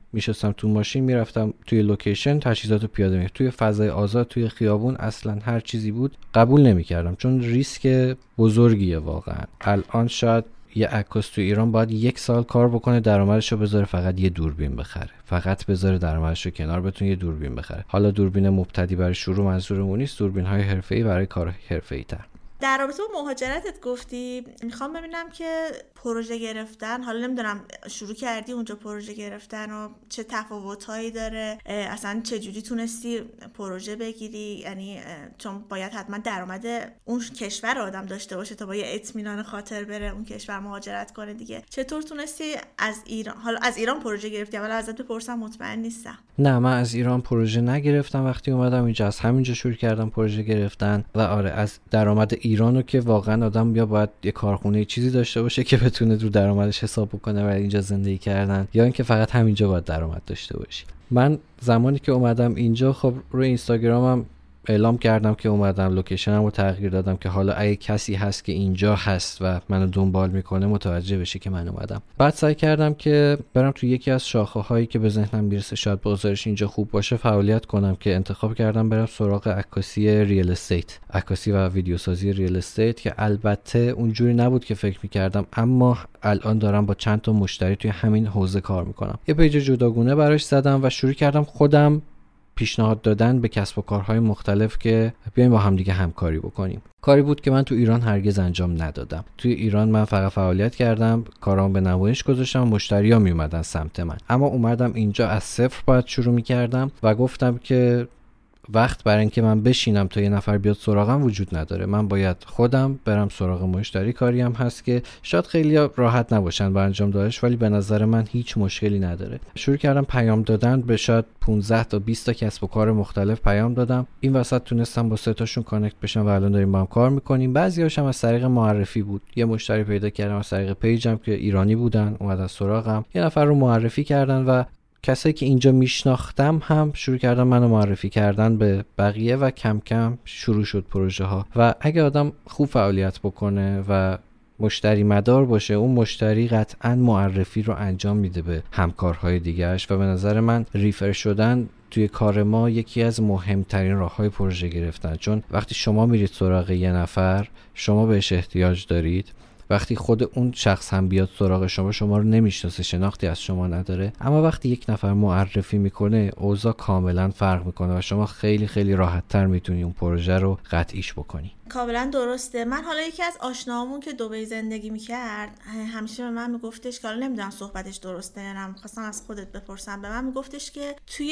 میشستم تو ماشین میرفتم توی لوکیشن تجهیزاتو پیاده می‌کردم، توی فضای آزاد توی خیابون اصلا هر چیزی بود قبول نمی‌کردم چون ریسک بزرگیه واقعا. الان شاید یه عکاس تو ایران باید یک سال کار بکنه درآمدشو بذاره فقط یه دوربین بخره، فقط بذاره درآمدشو کنار بتونه یه دوربین بخره. حالا دوربین مبتدی برای شروع منظورمون نیست، دوربین‌های حرفه‌ای برای کار حرفه‌ای‌تر. در رابطه با مهاجرتت گفتی، میخوام ببینم که پروژه گرفتن، حالا نمیدونم شروع کردی اونجا پروژه گرفتن و چه تفاوتایی داره، اصلا چه جوری تونستی پروژه بگیری؟ یعنی چون باید حتما درآمد اون کشور آدم داشته باشه تا با یه اطمینان خاطر بره اون کشور مهاجرت کنه دیگه. چطور تونستی از ایران، حالا از ایران پروژه گرفتی؟ اولا ازت بپرسم، مطمئن نیستم. نه، من از ایران پروژه نگرفتم. وقتی اومدم اینجا از همینجا شروع کردم پروژه گرفتن و آره از درآمد ایرانو که واقعا آدم یا باید یه کارخونه چیزی داشته باشه که بتونه رو درآمدش حساب بکنه برای اینجا زندگی کردن، یا اینکه فقط همینجا باید درآمد داشته باشی. من زمانی که اومدم اینجا خب روی اینستاگرامم اعلام کردم که اومدم، لوکیشنم رو تغییر دادم که حالا اگه کسی هست که اینجا هست و منو دنبال میکنه متوجه بشه که من اومدم. بعد سعی کردم که برم تو یکی از شاخه هایی که به ذهنم میرسه شاید بازارش اینجا خوب باشه فعالیت کنم، که انتخاب کردم برم سراغ عکاسی ریل استیت، عکاسی و ویدیوسازی ریل استیت، که البته اونجوری نبود که فکر میکردم، اما الان دارم با چند تا مشتری توی همین حوزه کار میکنم. یه پیج جداگونه براش زدم و شروع کردم خودم پیشنهاد دادن به کسب و کارهای مختلف که بیایم با هم دیگه همکاری بکنیم. کاری بود که من تو ایران هرگز انجام ندادم. توی ایران من فقط فعالیت کردم، کارام به نمایش گذاشتم، مشتری‌ها می اومدن سمت من. اما اومدم اینجا از صفر باید شروع می‌کردم و گفتم که وقت برای اینکه من بشینم تا یه نفر بیاد سراغم وجود نداره. من باید خودم برم سراغ مشتری. کاری هم هست که شاید خیلی راحت نباشن با انجام دادنش، ولی به نظر من هیچ مشکلی نداره. شروع کردم پیام دادن به شاید پانزده تا بیست تا کسب و کار مختلف پیام دادم. این وسط تونستم با سه تاشون کانکت بشم و الان داریم با هم کار میکنیم. بعضی‌هاش هم از طریق معرفی بود. یه مشتری پیدا کردم از طریق پیجم که ایرانی بودن، اومدن سراغم. یه نفر رو معرفی کردن و کسایی که اینجا میشناختم هم شروع کردن منو معرفی کردن به بقیه و کم کم شروع شد پروژه ها. و اگه آدم خوب فعالیت بکنه و مشتری مدار باشه، اون مشتری قطعا معرفی رو انجام میده به همکارهای دیگه‌اش و به نظر من ریفر شدن توی کار ما یکی از مهمترین راههای پروژه گرفتن. چون وقتی شما میرید سراغ یه نفر، شما بهش احتیاج دارید. وقتی خود اون شخص هم بیاد سراغ شما، شما رو نمیشناسه، شناختی از شما نداره، اما وقتی یک نفر معرفی میکنه اوضاع کاملا فرق میکنه و شما خیلی خیلی راحت تر میتونی اون پروژه رو قطعیش بکنی. کاملا درسته. من حالا یکی از آشناهامون که دبی زندگی میکرد همیشه به من میگفتش که حالا نمیدونم صحبتش درسته یا نه، میخواستم از خودت بپرسم. به من میگفتش که توی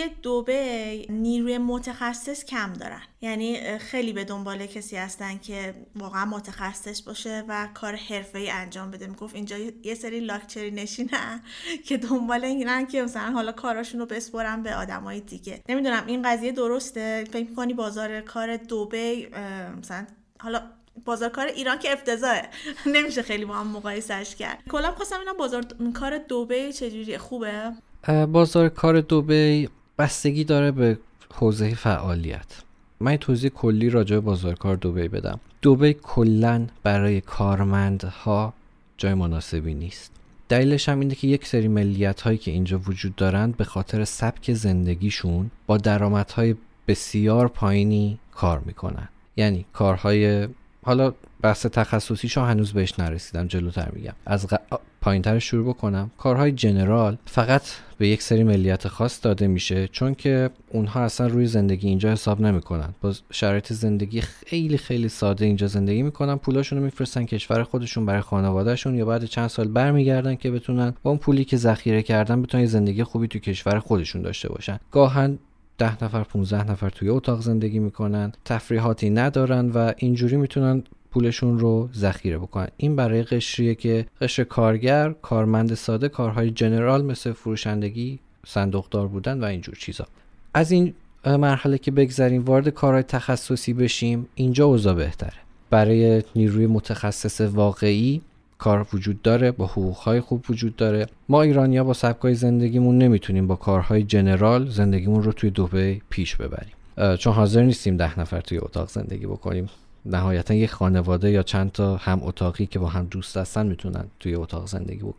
دبی نیروی متخصص کم دارن، یعنی خیلی به دنبال کسی هستن که واقعا متخصص باشه و کار حرفه‌ای انجام بده. میگفت اینجا یه سری لاکچری نشینن که دنبال اینن که مثلا حالا کاراشون رو بسپرن به آدمای دیگه. نمیدونم این قضیه درسته؟ فکر می‌کنی بازار کار دبی مثلا، حالا بازار کار ایران که افتضاحه نمیشه خیلی با هم مقایسهش کرد، کلا خواستم اینا بازار کار دبی چجوریه؟ خوبه؟ بازار کار دبی بستگی داره به حوزه فعالیت. من توضیح کلی راجع به بازار کار دبی بدم. دبی کلا برای کارمندها جای مناسبی نیست. دلیلش هم اینه که یک سری ملیت هایی که اینجا وجود دارند به خاطر سبک زندگیشون با درآمدهای بسیار پایینی کار میکنن. یعنی کارهای، حالا بحث تخصصیشو هنوز بهش نرسیدم، جلوتر میگم، از غ... پایینتر شروع بکنم. کارهای جنرال فقط به یک سری ملیت خاص داده میشه، چون که اونها اصلا روی زندگی اینجا حساب نمیکنن. با شرایط زندگی خیلی خیلی ساده اینجا زندگی میکنن، پولاشونو میفرستن کشور خودشون برای خانوادهشون، یا بعد چند سال برمیگردن که بتونن با اون پولی که ذخیره کردن بتونن زندگی خوبی تو کشور خودشون داشته باشن. گاهن ده نفر پونزده نفر توی اتاق زندگی میکنن، تفریحاتی ندارن و اینجوری میتونن پولشون رو ذخیره بکنن. این برای قشریه که قشر کارگر، کارمند ساده، کارهای جنرال مثل فروشندگی، صندوقدار بودن و اینجور چیزا. از این مرحله که بگذریم وارد کارهای تخصصی بشیم، اینجا اوضاع بهتره. برای نیروی متخصص واقعی کار وجود داره، با حقوقهای خوب وجود داره. ما ایرانی‌ها با سبکای زندگیمون نمیتونیم با کارهای جنرال زندگیمون رو توی دبی پیش ببریم، چون حاضر نیستیم ده نفر توی اتاق زندگی بکنیم. نهایتا یک خانواده یا چند تا هم اتاقی که با هم دوست هستن میتونن توی اتاق زندگی بکنن.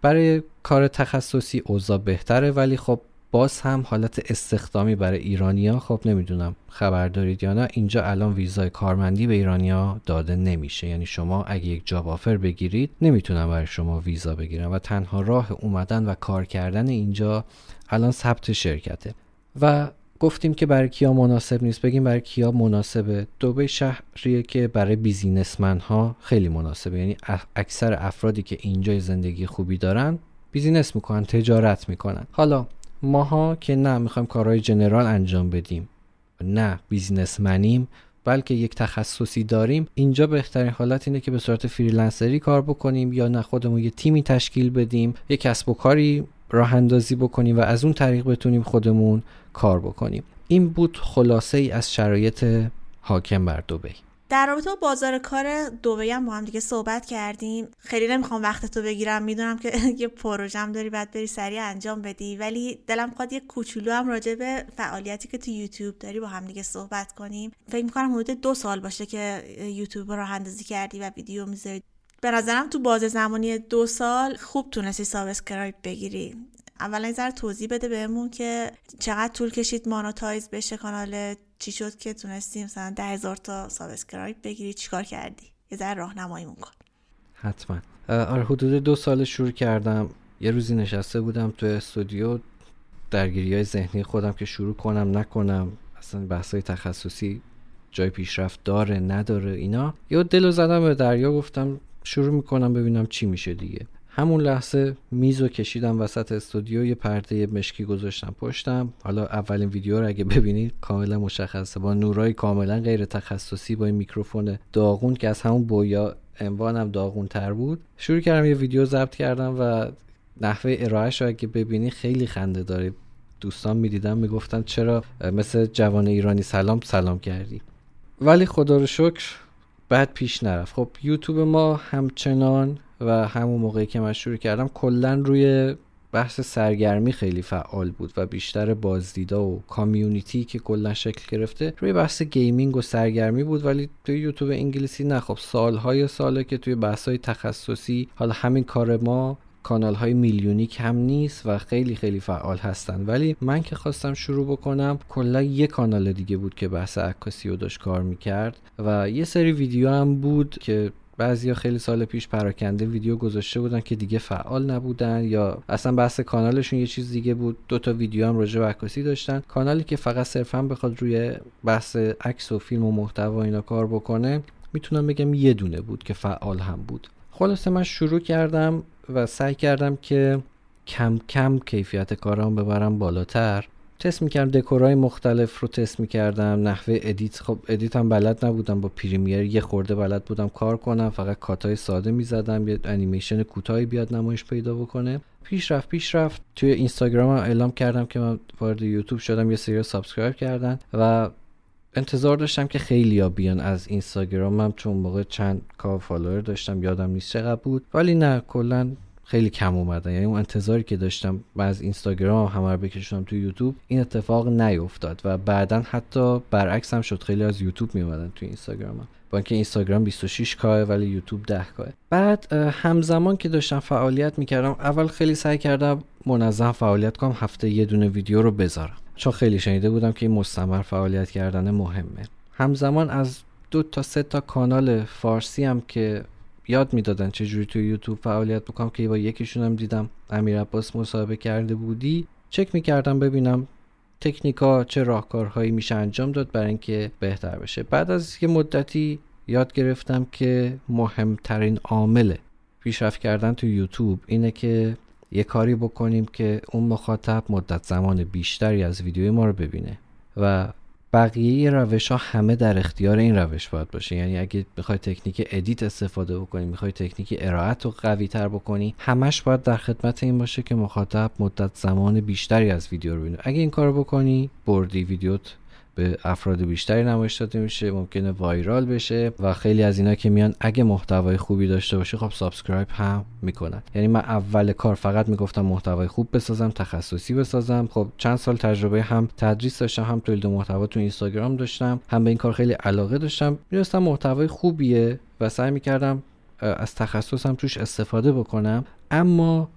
برای کار تخصصی اوضاع بهتره، ولی خب باز هم حالت استخدامی برای ایرانی‌ها، خب نمیدونم خبر دارید یا نه، اینجا الان ویزای کارمندی به ایرانی‌ها داده نمیشه. یعنی شما اگه یک جاب آفر بگیرید نمیتونن برای شما ویزا بگیرن و تنها راه اومدن و کار کردن اینجا الان ثبت شرکته. و گفتیم که برای کیا مناسب نیست، بگیم برای کیا مناسبه. دبی شهریه که برای بیزینسمن ها خیلی مناسبه، یعنی اکثر افرادی که اینجا زندگی خوبی دارن بیزینس میکنن، تجارت میکنن. حالا ماها که نه میخوایم کارهای جنرال انجام بدیم، نه بیزینسمنیم، بلکه یک تخصصی داریم، اینجا بهترین حالت اینه که به صورت فریلنسری کار بکنیم یا نه خودمون یه تیمی تشکیل بدیم، یک کسب و کاری راه اندازی بکنیم و از اون طریق بتونیم خودمون کار بکنیم. این بود خلاصه ای از شرایط حاکم بر دبی. در رابطه با بازار کار دبی هم با هم دیگه صحبت کردیم. خیلی نمیخوام وقتتو بگیرم، میدونم که یه پروژه‌ام داری بعد بری سریع انجام بدی، ولی دلم خواهد یه کوچولو هم راجع به فعالیتی که تو یوتیوب داری با هم دیگه صحبت کنیم. فکر میکنم حدود دو سال باشه که یوتیوب راه اندازی کردی و ویدیو میذاری. به نظرم تو بازه زمانی دو سال خوب تونستی سابسکرایب بگیری. اولا یه ذره توضیح بده بهمون که چقدر طول کشید مانوتایز بشه کانال، چی شد که تونستی مثلا ده هزار تا سابسکرایب بگیری، چیکار کردی؟ یه ذره راهنماییمون کن. حتما. آره حدود دو سال شروع کردم. یه روزی نشسته بودم تو استودیو، درگیری‌های ذهنی خودم که شروع کنم نکنم، اصلا بحث‌های تخصصی جای پیشرفت داره نداره اینا. یه دلو زدم به دریا، گفتم شروع میکنم ببینم چی میشه دیگه. همون لحظه میزو کشیدم وسط استودیو، یه پرده مشکی گذاشتم پشتم. حالا اولین ویدیو رو اگه ببینید کاملا مشخصه، با نورای کاملا غیر تخصصی، با این میکروفون داغون که از همون بویا عنوانم داغون تر بود، شروع کردم یه ویدیو ضبط کردم و نحوه ارائهش رو اگه ببینی خیلی خنده داره. دوستان میدیدن میگفتن چرا مثل جوان ایرانی سلام سلام کردی، ولی خدا رو شکر بعد پیش نرفت. خب یوتیوب ما همچنان و همون موقعی که من شروع کردم کلا روی بحث سرگرمی خیلی فعال بود و بیشتر بازدیدا و کامیونیتی که کلا شکل گرفته روی بحث گیمینگ و سرگرمی بود، ولی توی یوتیوب انگلیسی نه. خب سالهای ساله که توی بحث‌های تخصصی، حالا همین کار ما کانال‌های میلیونی کم نیست و خیلی خیلی فعال هستن، ولی من که خواستم شروع بکنم کلا یه کانال دیگه بود که بحث عکاسی رو داشت کار میکرد و یه سری ویدیو هم بود که بعضیا خیلی سال پیش پراکنده ویدیو گذاشته بودن که دیگه فعال نبودن یا اصلا بحث کانالشون یه چیز دیگه بود. دو تا ویدیو هم راجع به عکاسی داشتن. کانالی که فقط صرفا بخواد روی بحث عکس و فیلم و محتوا اینا کار بکنه میتونم بگم یه دونه بود که فعال هم بود. خلاصه من شروع کردم و سعی کردم که کم کم کیفیت کارام ببرم بالاتر. تست میکردم، دکورای مختلف رو تست میکردم، نحوه ادیت. خب ادیت هم بلد نبودم، با پریمیر یه خورده بلد بودم کار کنم، فقط کاتای ساده میزدم یه انیمیشن کوتاهی بیاد نمایش پیدا بکنه. پیش رفت پیش رفت توی اینستاگرام هم اعلام کردم که من وارد یوتیوب شدم، یه سری سابسکرایب کردن و انتظار داشتم که خیلیا بیان از اینستاگرامم، چون موقع چند کا فالوور داشتم یادم نیست چقدر بود، ولی نه کلا خیلی کم اومدن. یعنی اون انتظاری که داشتم از اینستاگرام همه رو بکشونم تو یوتیوب این اتفاق نیفتاد و بعدن حتی برعکس هم شد، خیلی از یوتیوب میومدن تو اینستاگرامم، با اینکه اینستاگرام بیست و شش کاه ولی یوتیوب ده کاه. بعد همزمان که داشتم فعالیت میکردم، اول خیلی سعی کردم منظم فعالیت کنم، هفته یه دونه ویدیو رو بذارم، چون خیلی شنیده بودم که این مستمر فعالیت کردن مهمه. همزمان از دو تا سه تا کانال فارسی هم که یاد میدادن چجوری توی یوتیوب فعالیت بکنم که با یکیشون هم دیدم امیر عباس مصاحبه کرده بودی، چک میکردم ببینم تکنیکا چه راهکارهایی میشه انجام داد برای اینکه بهتر بشه. بعد از یه مدتی یاد گرفتم که مهمترین عامل پیشرفت کردن توی یوتیوب اینه که یه کاری بکنیم که اون مخاطب مدت زمان بیشتری از ویدیوی ما رو ببینه و بقیه روش ها همه در اختیار این روش باید باشه. یعنی اگه بخوای تکنیک ادیت استفاده بکنی، میخوای تکنیک ارائت رو قوی تر بکنی، همش باید در خدمت این باشه که مخاطب مدت زمان بیشتری از ویدیو رو ببینه. اگه این کارو بکنی بردی، ویدیوت به افراد بیشتری نمایش داده میشه، ممکنه وایرال بشه و خیلی از اینا که میان اگه محتوای خوبی داشته باشه خب سابسکرایب هم میکنن. یعنی من اول کار فقط میگفتم محتوای خوب بسازم، تخصصی بسازم. خب چند سال تجربه هم تدریس داشتم، هم تولید محتوا تو اینستاگرام داشتم، هم به این کار خیلی علاقه داشتم. می‌دونستم محتوای خوبیه و سعی میکردم از تخصصم توش استفاده بکنم، اما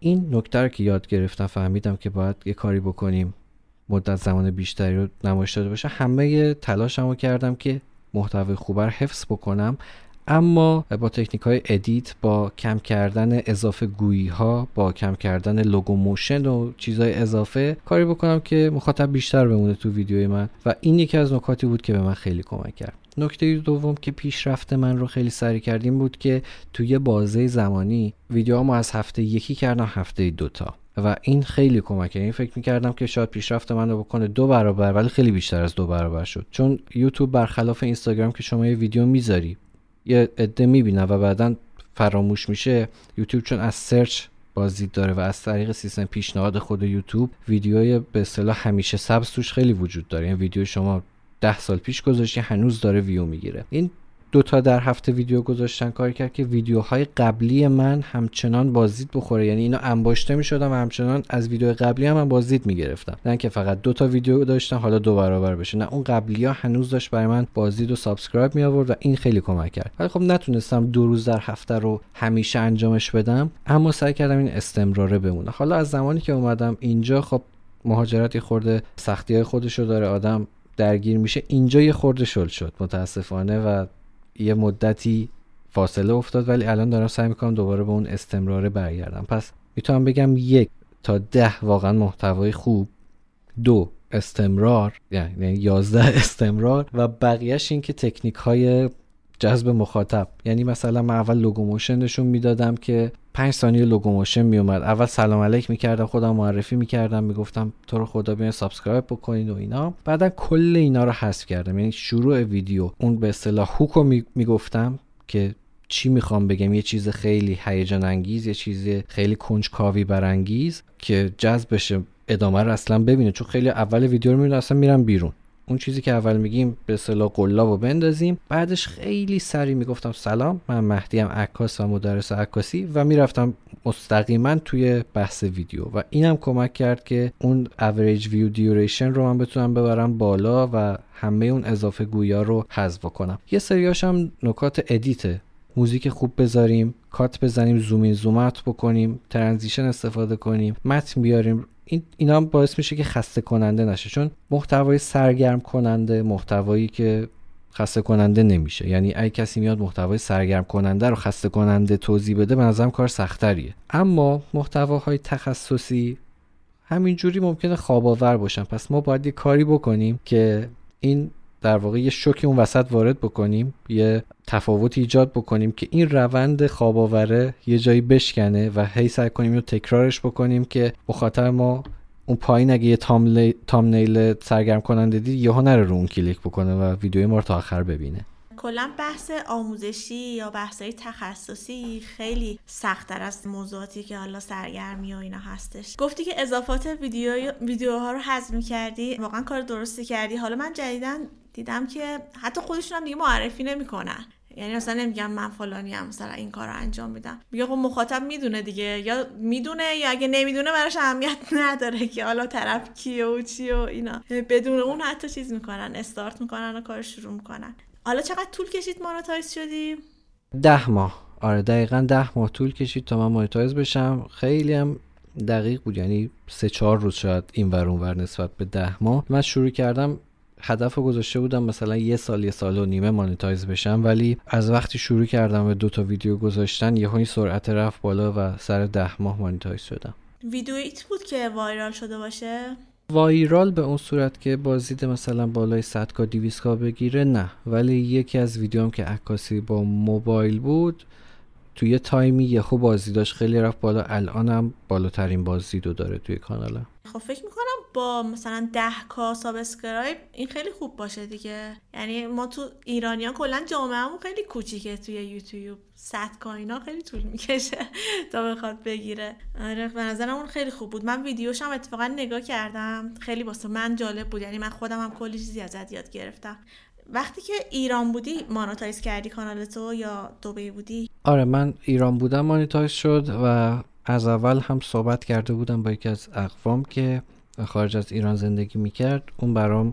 این نکته رو که یاد گرفتم، فهمیدم که باید یه کاری بکنیم مدت زمان بیشتری رو نمایش داده باشه. همه تلاشمو کردم که محتوای خوب رو حفظ بکنم، اما با تکنیک های ادیت، با کم کردن اضافه گویی ها، با کم کردن لوگو موشن و چیزهای اضافه کاری بکنم که مخاطب بیشتر بمونه تو ویدیوی من و این یکی از نکاتی بود که به من خیلی کمک کرد. نکته دوم که پیشرفت من رو خیلی سریع کردیم بود که توی بازه زمانی ویدیوهامو از هفته یکی کردم هفته دوتا و این خیلی کمک کرد. این فکر می‌کردم که شاید پیشرفت من رو بکنه دو برابر، ولی خیلی بیشتر از دو برابر شد. چون یوتیوب برخلاف اینستاگرام که شما یه ویدیو میذاری یه عده میبینه و بعداً فراموش میشه، یوتیوب چون از سرچ بازدید داره و از طریق سیستم پیشنهاد خود یوتیوب ویدیوهای به اصطلاح همیشه سبز توش خیلی وجود داره. یعنی ویدیو شما ده سال پیش گذاشتی هنوز داره ویو میگیره. این دو تا در هفته ویدیو گذاشتن کار کرد که ویدیوهای قبلی من همچنان بازدید بخوره، یعنی اینا انباشته میشدم و همچنان از ویدیو قبلی هم من بازدید میگرفتم، نه که فقط دو تا ویدیو داشتم حالا دو برابر بشه، نه اون قبلی ها هنوز داشت برای من بازدید و سابسکرایب می آورد و این خیلی کمک کرد. ولی خب نتونستم دو روز در هفته رو همیشه انجامش بدم، اما سعی کردم این استمراره بمونه. حالا از زمانی که اومدم اینجا خب مهاجرت یه خورده سختی‌های خودشو داره، آدم درگیر میشه. اینجا یه خورده شل شد متاسفانه و یه مدتی فاصله افتاد، ولی الان دارم سعی میکنم دوباره به اون استمراره برگردم. پس میتونم بگم یک تا ده واقعا محتوای خوب، دو استمرار یعنی یازده استمرار و بقیهش این که تکنیک های جذب مخاطب. یعنی مثلا من اول لوگو موشن نشون میدادم که پنج ثانیه لوگو موشن میومد، اول سلام علیک میکردم، خودم معرفی میکردم، میگفتم تو رو خدا بیاین سابسکرایب بکنید و اینا. بعدا کل اینا رو حذف کردم. یعنی شروع ویدیو اون به اصطلاح هوکو میگفتم که چی میخوام بگم، یه چیز خیلی هیجان انگیز، یه چیز خیلی کنجکاوی برانگیز که جذب بشه ادامه رو اصلا ببینه. چون خیلی اول ویدیو رو میبینن اصلا میرن بیرون. اون چیزی که اول میگیم به اصطلاح قلابو بندازیم. بعدش خیلی سریع میگفتم سلام، من مهدی ام عکاس و مدرس عکاسی و میرفتم مستقیما توی بحث ویدیو و اینم کمک کرد که اون average view duration رو من بتونم ببرم بالا و همه اون اضافه گویا رو حذف کنم. یه سریاش هم نکات ادیته، موزیک خوب بذاریم، کات بزنیم، زوم این زوم اوت بکنیم، ترانزیشن استفاده کنیم، متن بیاریم. این اینا هم باعث میشه که خسته کننده نشه، چون محتوای سرگرم کننده، محتوایی که خسته کننده نمیشه. یعنی اگه کسی میاد محتوای سرگرم کننده رو خسته کننده توضیح بده، به نظرم کار سخت‌تریه. اما محتواهای تخصصی همینجوری ممکنه خواب آور باشن. پس ما باید یه کاری بکنیم که این در واقع یه شوکی اون وسط وارد بکنیم، یه تفاوت ایجاد بکنیم که این روند خواب آوره یه جایی بشکنه و هی سعی کنیم اینو تکرارش بکنیم که مخاطب ما اون پایین اگه یه تامنیل سرگرم کننده دید یهو نره رو اون کلیک بکنه و ویدیوی ما رو تا آخر ببینه. کلا بحث آموزشی یا بحث‌های تخصصی خیلی سخت‌تر از موضوعاتی که حالا سرگرمی و اینا هستش. گفتی که اضافات ویدیو ویدیوها رو حذف می‌کردی، واقعا کار درستی کردی. حالا من جدیداً دیدم که حتی خودشون هم دیگه معرفی نمی‌کنن. یعنی مثلا نمیگم من فلانی ام مثلا این کارو انجام میدم، میگه خب مخاطب میدونه دیگه، یا میدونه یا اگه نمیدونه براش اهمیت نداره که حالا طرف کیه و چیه و اینا. بدون اون حتی چیز میکنن، استارت میکنن و کار شروع میکنن. حالا چقدر طول کشید مانیتایز شدی؟ ده ماه. آره دقیقاً ده ماه طول کشید تا من مانیتایز بشم. خیلی هم دقیق بود، یعنی سه چهار روز شاید این ور اون ور نسبت به ده ماه. من شروع کردم هدف رو گذاشته بودم مثلا یه سال یه سال و نیمه مانیتایز بشم، ولی از وقتی شروع کردم به دو تا ویدیو گذاشتن یهو این سرعت رفت بالا و سر ده ماه مانیتایز شدم. ویدیویت بود که وایرال شده باشه؟ وایرال به اون صورت که بازدید مثلا بالای صد کا دویست کا بگیره نه، ولی یکی از ویدیوام که عکاسی با موبایل بود توی یه تایمی یهو بازدیداش خیلی رفت بالا. الانم بالاترین بازدیدو داره توی کانالم. خب فکر میکنم با مثلا ده کا سابسکرایب این خیلی خوب باشه دیگه. یعنی ما تو ایرانیان کلا جامعهمون خیلی کوچیکه توی یوتیوب، صد کا اینا خیلی طول میکشه تا بخواد بگیره. آره به نظرم اون خیلی خوب بود. من ویدیوشم اتفاقا نگاه کردم، خیلی واسه من جالب بود. یعنی من خودم هم کلی چیزی ازت یاد گرفتم. وقتی که ایران بودی مانیتایز کردی کانالتو یا دبی بودی؟ آره من ایران بودم مانیتایز شد و از اول هم صحبت کرده بودم با یکی از اقوام که خارج از ایران زندگی میکرد. اون برام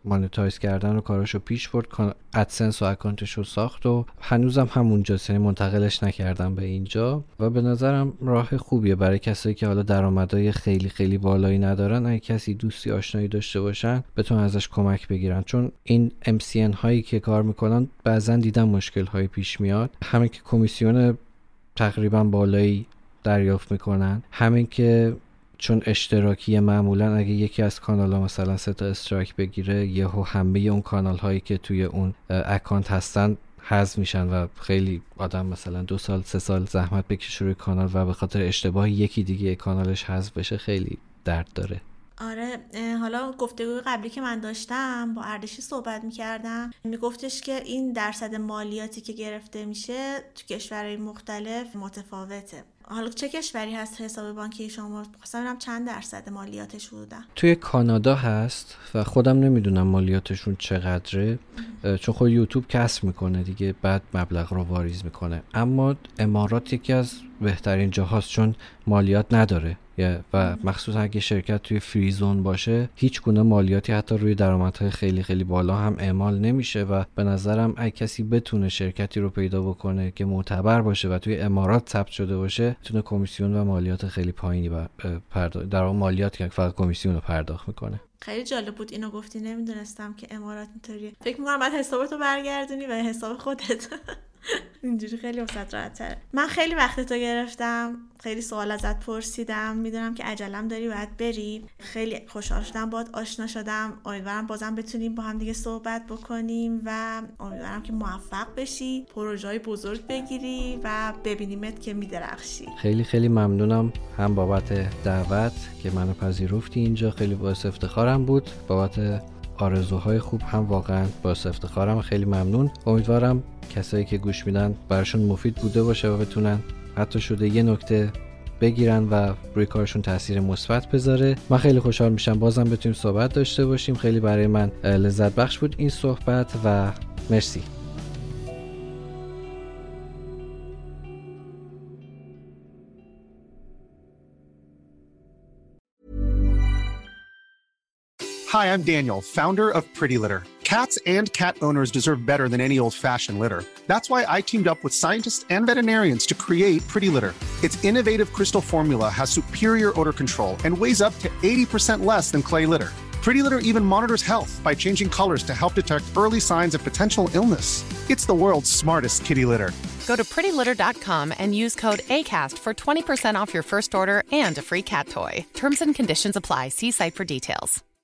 مانیتایز کردن و کاراشو پیش برد، ادسنس و اکانتشو ساخت و هنوزم همونجاست، یعنی منتقلش نکردم به اینجا و به نظرم راه خوبیه برای کسایی که حالا درآمدهای خیلی خیلی بالایی ندارن. اگه کسی دوستی آشنایی داشته باشن بتونن ازش کمک بگیرن، چون این ام سی ان هایی که کار میکنن بعضن دیدم مشکل های پیش میاد، همین که کمیسیون تقریبا بالایی دریافت میکنن، همین که چون اشتراکی معمولا اگه یکی از کانال ها مثلا سه تا استرایک بگیره یهو همه اون کانال هایی که توی اون اکانت هستن حذف میشن و خیلی آدم مثلا دو سال سه سال زحمت بکشه روی کانال و به خاطر اشتباه یکی دیگه کانالش حذف بشه خیلی درد داره. آره، حالا گفتگوی قبلی که من داشتم با اردشی صحبت میکردم، میگفتش که این درصد مالیاتی که گرفته میشه تو کشورهای مختلف متفاوته. حالا چه کشوری هست حساب بانکی شما؟ خواستم ببینم چند درصد مالیاتش بودن. توی کانادا هست و خودم نمیدونم مالیاتشون چقدره، چون خود یوتیوب کسر میکنه دیگه بعد مبلغ رو واریز میکنه. اما امارات یکی از بهترین جاهاست چون مالیات نداره و مخصوصا اگه شرکت توی فری زون باشه هیچ گونه مالیاتی حتی روی درآمدهای خیلی خیلی بالا هم اعمال نمیشه و به نظرم اگه کسی بتونه شرکتی رو پیدا بکنه که معتبر باشه و توی امارات ثبت شده باشه میتونه کمیسیون و مالیات خیلی پایینی پرداخت، در واقع مالیات که فقط کمیسیون رو پرداخت میکنه. خیلی جالب بود اینو گفتی، نمیدونستم که امارات اینطوریه. فکر میکنم بعد حسابتو برگردونی و حساب خودت اینجوری خیلی وسط راحت تره. من خیلی وقت تو گرفتم، خیلی سوال ازت پرسیدم، میدونم که عجلم داری باید بری. خیلی خوشحال شدم باهات آشنا شدم. امیدوارم بازم بتونیم با هم دیگه صحبت بکنیم و امیدوارم که موفق بشی، پروژه‌های بزرگ بگیری و ببینیمت که میدرخشی. خیلی خیلی ممنونم هم بابت دعوت که منو پذیرفتی اینجا، خیلی باعث افتخارم بود. بابت آرزوهای خوب هم واقعا باعث افتخارم، خیلی ممنون. امیدوارم کسایی که گوش میدن براشون مفید بوده باشه و بتونن حتی شده یه نکته بگیرن و روی کارشون تاثیر مثبت بذاره. من خیلی خوشحال میشم بازم بتونیم صحبت داشته باشیم. خیلی برای من لذت بخش بود این صحبت و مرسی. Hi, I'm Daniel, founder of Pretty Litter. Cats and cat owners deserve better than any old-fashioned litter. That's why I teamed up with scientists and veterinarians to create Pretty Litter. Its innovative crystal formula has superior odor control and weighs up to eighty percent less than clay litter. Pretty Litter even monitors health by changing colors to help detect early signs of potential illness. It's the world's smartest kitty litter. Go to pretty litter dot com and use code ACAST for twenty percent off your first order and a free cat toy. Terms and conditions apply. See site for details.